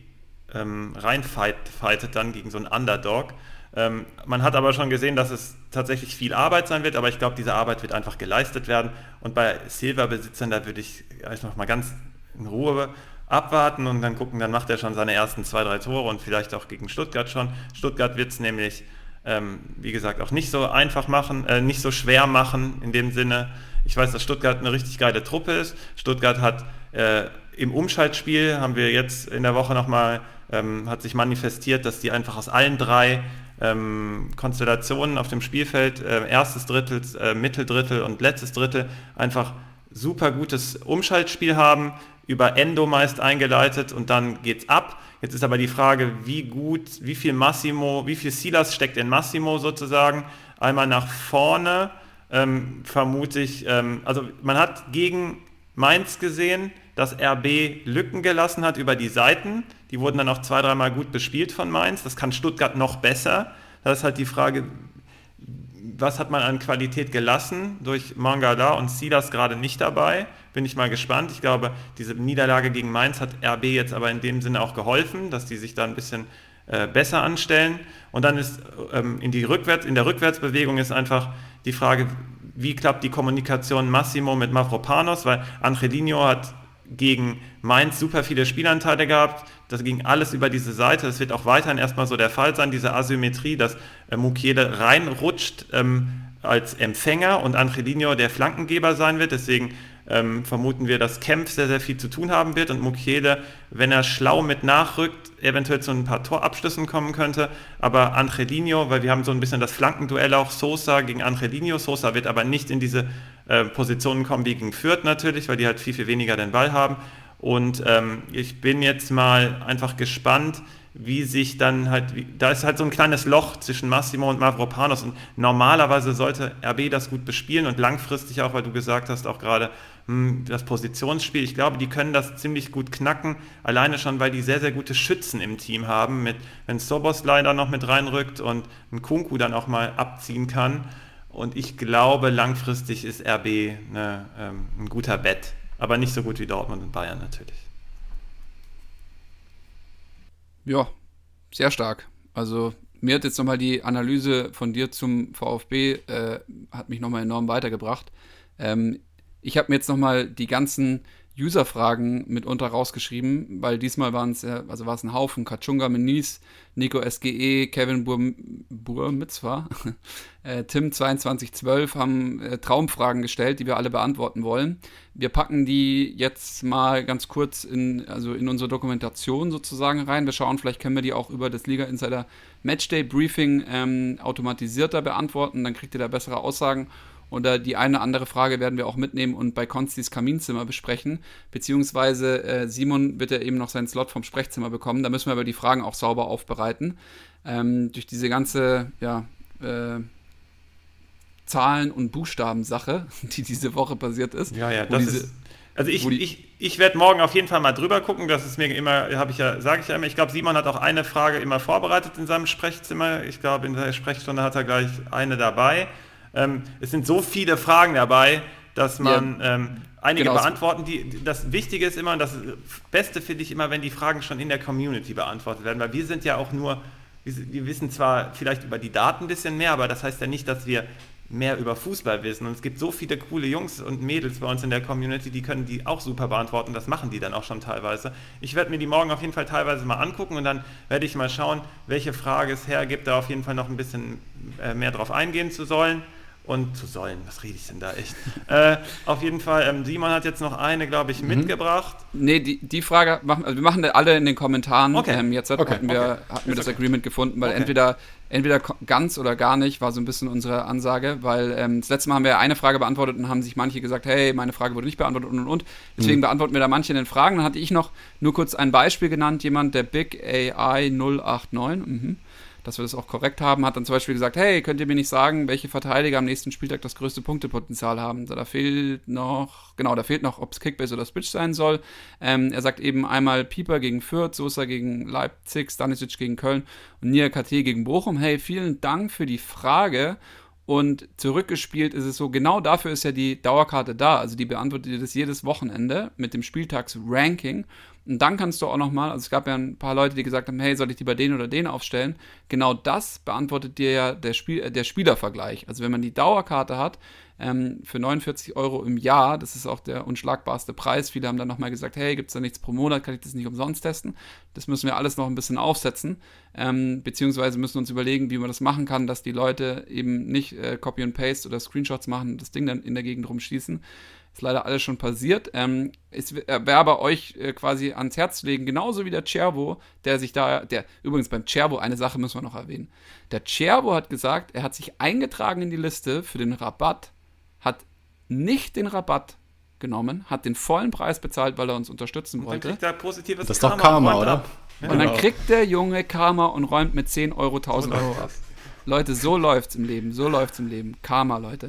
reinfightet dann gegen so einen Underdog. Man hat aber schon gesehen, dass es tatsächlich viel Arbeit sein wird, aber ich glaube, diese Arbeit wird einfach geleistet werden. Und bei Silva-Besitzern, da würde ich noch mal ganz in Ruhe abwarten und dann gucken, dann macht er schon seine ersten 2-3 Tore und vielleicht auch gegen Stuttgart schon. Stuttgart wird es nämlich, wie gesagt, auch nicht so einfach machen, nicht so schwer machen in dem Sinne. Ich weiß, dass Stuttgart eine richtig geile Truppe ist. Stuttgart hat im Umschaltspiel, haben wir jetzt in der Woche nochmal, hat sich manifestiert, dass die einfach aus allen 3 Konstellationen auf dem Spielfeld, erstes Drittel, Mitteldrittel und letztes Drittel, einfach super gutes Umschaltspiel haben, über Endo meist eingeleitet und dann geht's ab. Jetzt ist aber die Frage, wie viel Silas steckt in Massimo sozusagen, einmal nach vorne, vermute ich, also man hat gegen Mainz gesehen, dass RB Lücken gelassen hat über die Seiten. Die wurden dann auch 2-3 Mal gut bespielt von Mainz. Das kann Stuttgart noch besser. Das ist halt die Frage, was hat man an Qualität gelassen? Durch Mangala und Silas gerade nicht dabei. Bin ich mal gespannt. Ich glaube, diese Niederlage gegen Mainz hat RB jetzt aber in dem Sinne auch geholfen, dass die sich da ein bisschen besser anstellen. Und dann ist in der Rückwärtsbewegung ist einfach die Frage, wie klappt die Kommunikation Massimo mit Mavropanos, weil Angelino hat gegen Mainz super viele Spielanteile gehabt, das ging alles über diese Seite, das wird auch weiterhin erstmal so der Fall sein, diese Asymmetrie, dass Mukiele reinrutscht als Empfänger und Angelino der Flankengeber sein wird, deswegen vermuten wir, dass Kempf sehr, sehr viel zu tun haben wird und Mukiele, wenn er schlau mit nachrückt, eventuell zu ein paar Torabschlüssen kommen könnte, aber Angelino, weil wir haben so ein bisschen das Flankenduell auch, Sosa gegen Angelino, Sosa wird aber nicht in diese Positionen kommen wie gegen Fürth natürlich, weil die halt viel, viel weniger den Ball haben und ich bin jetzt mal einfach gespannt, wie sich dann halt, da ist halt so ein kleines Loch zwischen Massimo und Mavropanos und normalerweise sollte RB das gut bespielen und langfristig auch, weil du gesagt hast, auch gerade das Positionsspiel, ich glaube, die können das ziemlich gut knacken, alleine schon, weil die sehr, sehr gute Schützen im Team haben, wenn Szoboszlai da noch mit reinrückt und ein Kunku dann auch mal abziehen kann und ich glaube, langfristig ist RB ein guter Bet, aber nicht so gut wie Dortmund und Bayern natürlich. Ja, sehr stark. Also mir hat jetzt nochmal die Analyse von dir zum VfB, hat mich nochmal enorm weitergebracht. Ich habe mir jetzt nochmal die ganzen User-Fragen mitunter rausgeschrieben, weil diesmal war es ein Haufen. Kachunga Menis, Nico SGE, Kevin Burmitzwa, Tim2212 haben Traumfragen gestellt, die wir alle beantworten wollen. Wir packen die jetzt mal ganz kurz in unsere Dokumentation sozusagen rein. Wir schauen, vielleicht können wir die auch über das Liga Insider Matchday Briefing automatisierter beantworten. Dann kriegt ihr da bessere Aussagen. Oder die eine oder andere Frage werden wir auch mitnehmen und bei Konstis Kaminzimmer besprechen. Beziehungsweise Simon wird ja eben noch seinen Slot vom Sprechzimmer bekommen. Da müssen wir aber die Fragen auch sauber aufbereiten. Durch diese ganze Zahlen- und Buchstabensache, die diese Woche passiert ist. Ja, das ist... Also ich werde morgen auf jeden Fall mal drüber gucken, das ist mir immer, sage ich ja immer, ich glaube, Simon hat auch eine Frage immer vorbereitet in seinem Sprechzimmer. Ich glaube, in der Sprechstunde hat er gleich eine dabei. Es sind so viele Fragen dabei, dass man einige beantworten. Das Wichtige ist immer, und das Beste finde ich immer, wenn die Fragen schon in der Community beantwortet werden, weil wir sind ja auch nur, wir wissen zwar vielleicht über die Daten ein bisschen mehr, aber das heißt ja nicht, dass wir mehr über Fußball wissen. Und es gibt so viele coole Jungs und Mädels bei uns in der Community, die können die auch super beantworten. Das machen die dann auch schon teilweise. Ich werde mir die morgen auf jeden Fall teilweise mal angucken und dann werde ich mal schauen, welche Frage es hergibt, da auf jeden Fall noch ein bisschen mehr drauf eingehen zu sollen. Was rede ich denn da echt? Auf jeden Fall, Simon hat jetzt noch eine, glaube ich, mitgebracht. Nee, die Frage, wir machen alle in den Kommentaren. Okay. Jetzt hatten wir das Agreement gefunden, weil entweder ganz oder gar nicht, war so ein bisschen unsere Ansage, weil das letzte Mal haben wir eine Frage beantwortet und haben sich manche gesagt, hey, meine Frage wurde nicht beantwortet und. Deswegen beantworten wir da manche in den Fragen. Dann hatte ich noch nur kurz ein Beispiel genannt, jemand, der Big AI 089, dass wir das auch korrekt haben, hat dann zum Beispiel gesagt, hey, könnt ihr mir nicht sagen, welche Verteidiger am nächsten Spieltag das größte Punktepotenzial haben? Da fehlt noch, ob es Kickbase oder Switch sein soll. Er sagt eben einmal Pieper gegen Fürth, Sosa gegen Leipzig, Stanisic gegen Köln und Nia KT gegen Bochum. Hey, vielen Dank für die Frage. Und zurückgespielt ist es so, genau dafür ist ja die Dauerkarte da. Also die beantwortet dir das jedes Wochenende mit dem Spieltagsranking. Und dann kannst du auch nochmal, also es gab ja ein paar Leute, die gesagt haben, hey, soll ich lieber den oder den aufstellen? Genau das beantwortet dir ja der Spielervergleich. Also wenn man die Dauerkarte hat, für 49 € im Jahr, das ist auch der unschlagbarste Preis. Viele haben dann nochmal gesagt, hey, gibt es da nichts pro Monat, kann ich das nicht umsonst testen? Das müssen wir alles noch ein bisschen aufsetzen, beziehungsweise müssen uns überlegen, wie man das machen kann, dass die Leute eben nicht Copy and Paste oder Screenshots machen und das Ding dann in der Gegend rumschießen. Ist leider alles schon passiert. Es wäre aber euch quasi ans Herz zu legen, genauso wie der Cervo, übrigens beim Cervo, eine Sache müssen wir noch erwähnen. Der Cervo hat gesagt, er hat sich eingetragen in die Liste für den Rabatt, hat nicht den Rabatt genommen, hat den vollen Preis bezahlt, weil er uns unterstützen wollte. Dann kriegt er positives Das ist doch Karma, oder? Ja, und dann kriegt der Junge Karma und räumt mit 10 € 1.000 € ab. Leute, so läuft's im Leben. Karma, Leute.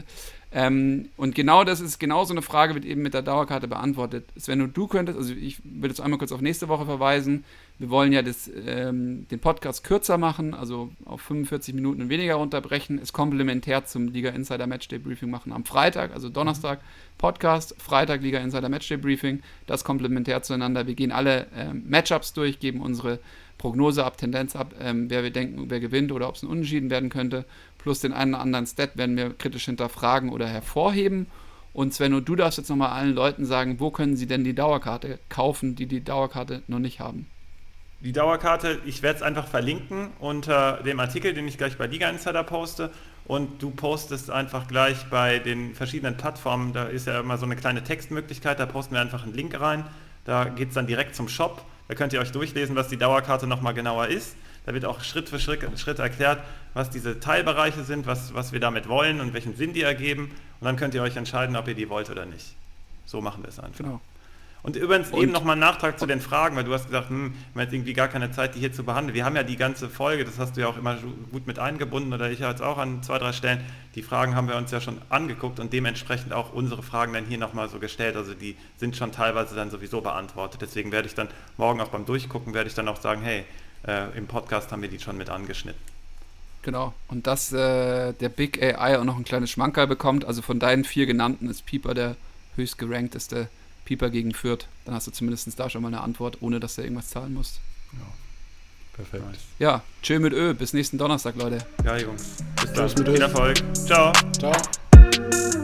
Und genau das ist genau so eine Frage, wird eben mit der Dauerkarte beantwortet. Sven, du könntest, also ich will jetzt einmal kurz auf nächste Woche verweisen, wir wollen ja den Podcast kürzer machen, also auf 45 Minuten und weniger runterbrechen, es komplementär zum Liga Insider Matchday Briefing machen am Freitag, also Donnerstag Podcast, Freitag Liga Insider Matchday Briefing, das komplementär zueinander. Wir gehen alle Matchups durch, geben unsere Prognose ab, Tendenz ab, wer wir denken, wer gewinnt oder ob es ein Unentschieden werden könnte. Plus den einen oder anderen Stat werden wir kritisch hinterfragen oder hervorheben. Und Sven, du darfst jetzt nochmal allen Leuten sagen, wo können sie denn die Dauerkarte kaufen, die Dauerkarte noch nicht haben? Die Dauerkarte, ich werde es einfach verlinken unter dem Artikel, den ich gleich bei Liga Insider poste. Und du postest einfach gleich bei den verschiedenen Plattformen, da ist ja immer so eine kleine Textmöglichkeit, da posten wir einfach einen Link rein. Da geht es dann direkt zum Shop. Da könnt ihr euch durchlesen, was die Dauerkarte nochmal genauer ist. Da wird auch Schritt für Schritt erklärt, was diese Teilbereiche sind, was wir damit wollen und welchen Sinn die ergeben. Und dann könnt ihr euch entscheiden, ob ihr die wollt oder nicht. So machen wir es einfach. Genau. Und übrigens eben nochmal ein Nachtrag zu den Fragen, weil du hast gesagt, wir haben jetzt irgendwie gar keine Zeit, die hier zu behandeln. Wir haben ja die ganze Folge, das hast du ja auch immer gut mit eingebunden oder ich jetzt auch an 2, 3 Stellen. Die Fragen haben wir uns ja schon angeguckt und dementsprechend auch unsere Fragen dann hier nochmal so gestellt. Also die sind schon teilweise dann sowieso beantwortet. Deswegen werde ich dann morgen auch beim Durchgucken, werde ich dann auch sagen, hey, im Podcast haben wir die schon mit angeschnitten. Genau. Und dass der Big AI auch noch ein kleines Schmankerl bekommt, also von deinen 4 genannten ist Pieper der höchst gerankteste. Pieper gegen Fürth, dann hast du zumindest da schon mal eine Antwort, ohne dass du irgendwas zahlen musst. Ja. Perfekt. Nice. Ja, tschö mit Ö, bis nächsten Donnerstag, Leute. Ja, Jungs. Bis dann. Viel Erfolg. Ciao. Ciao.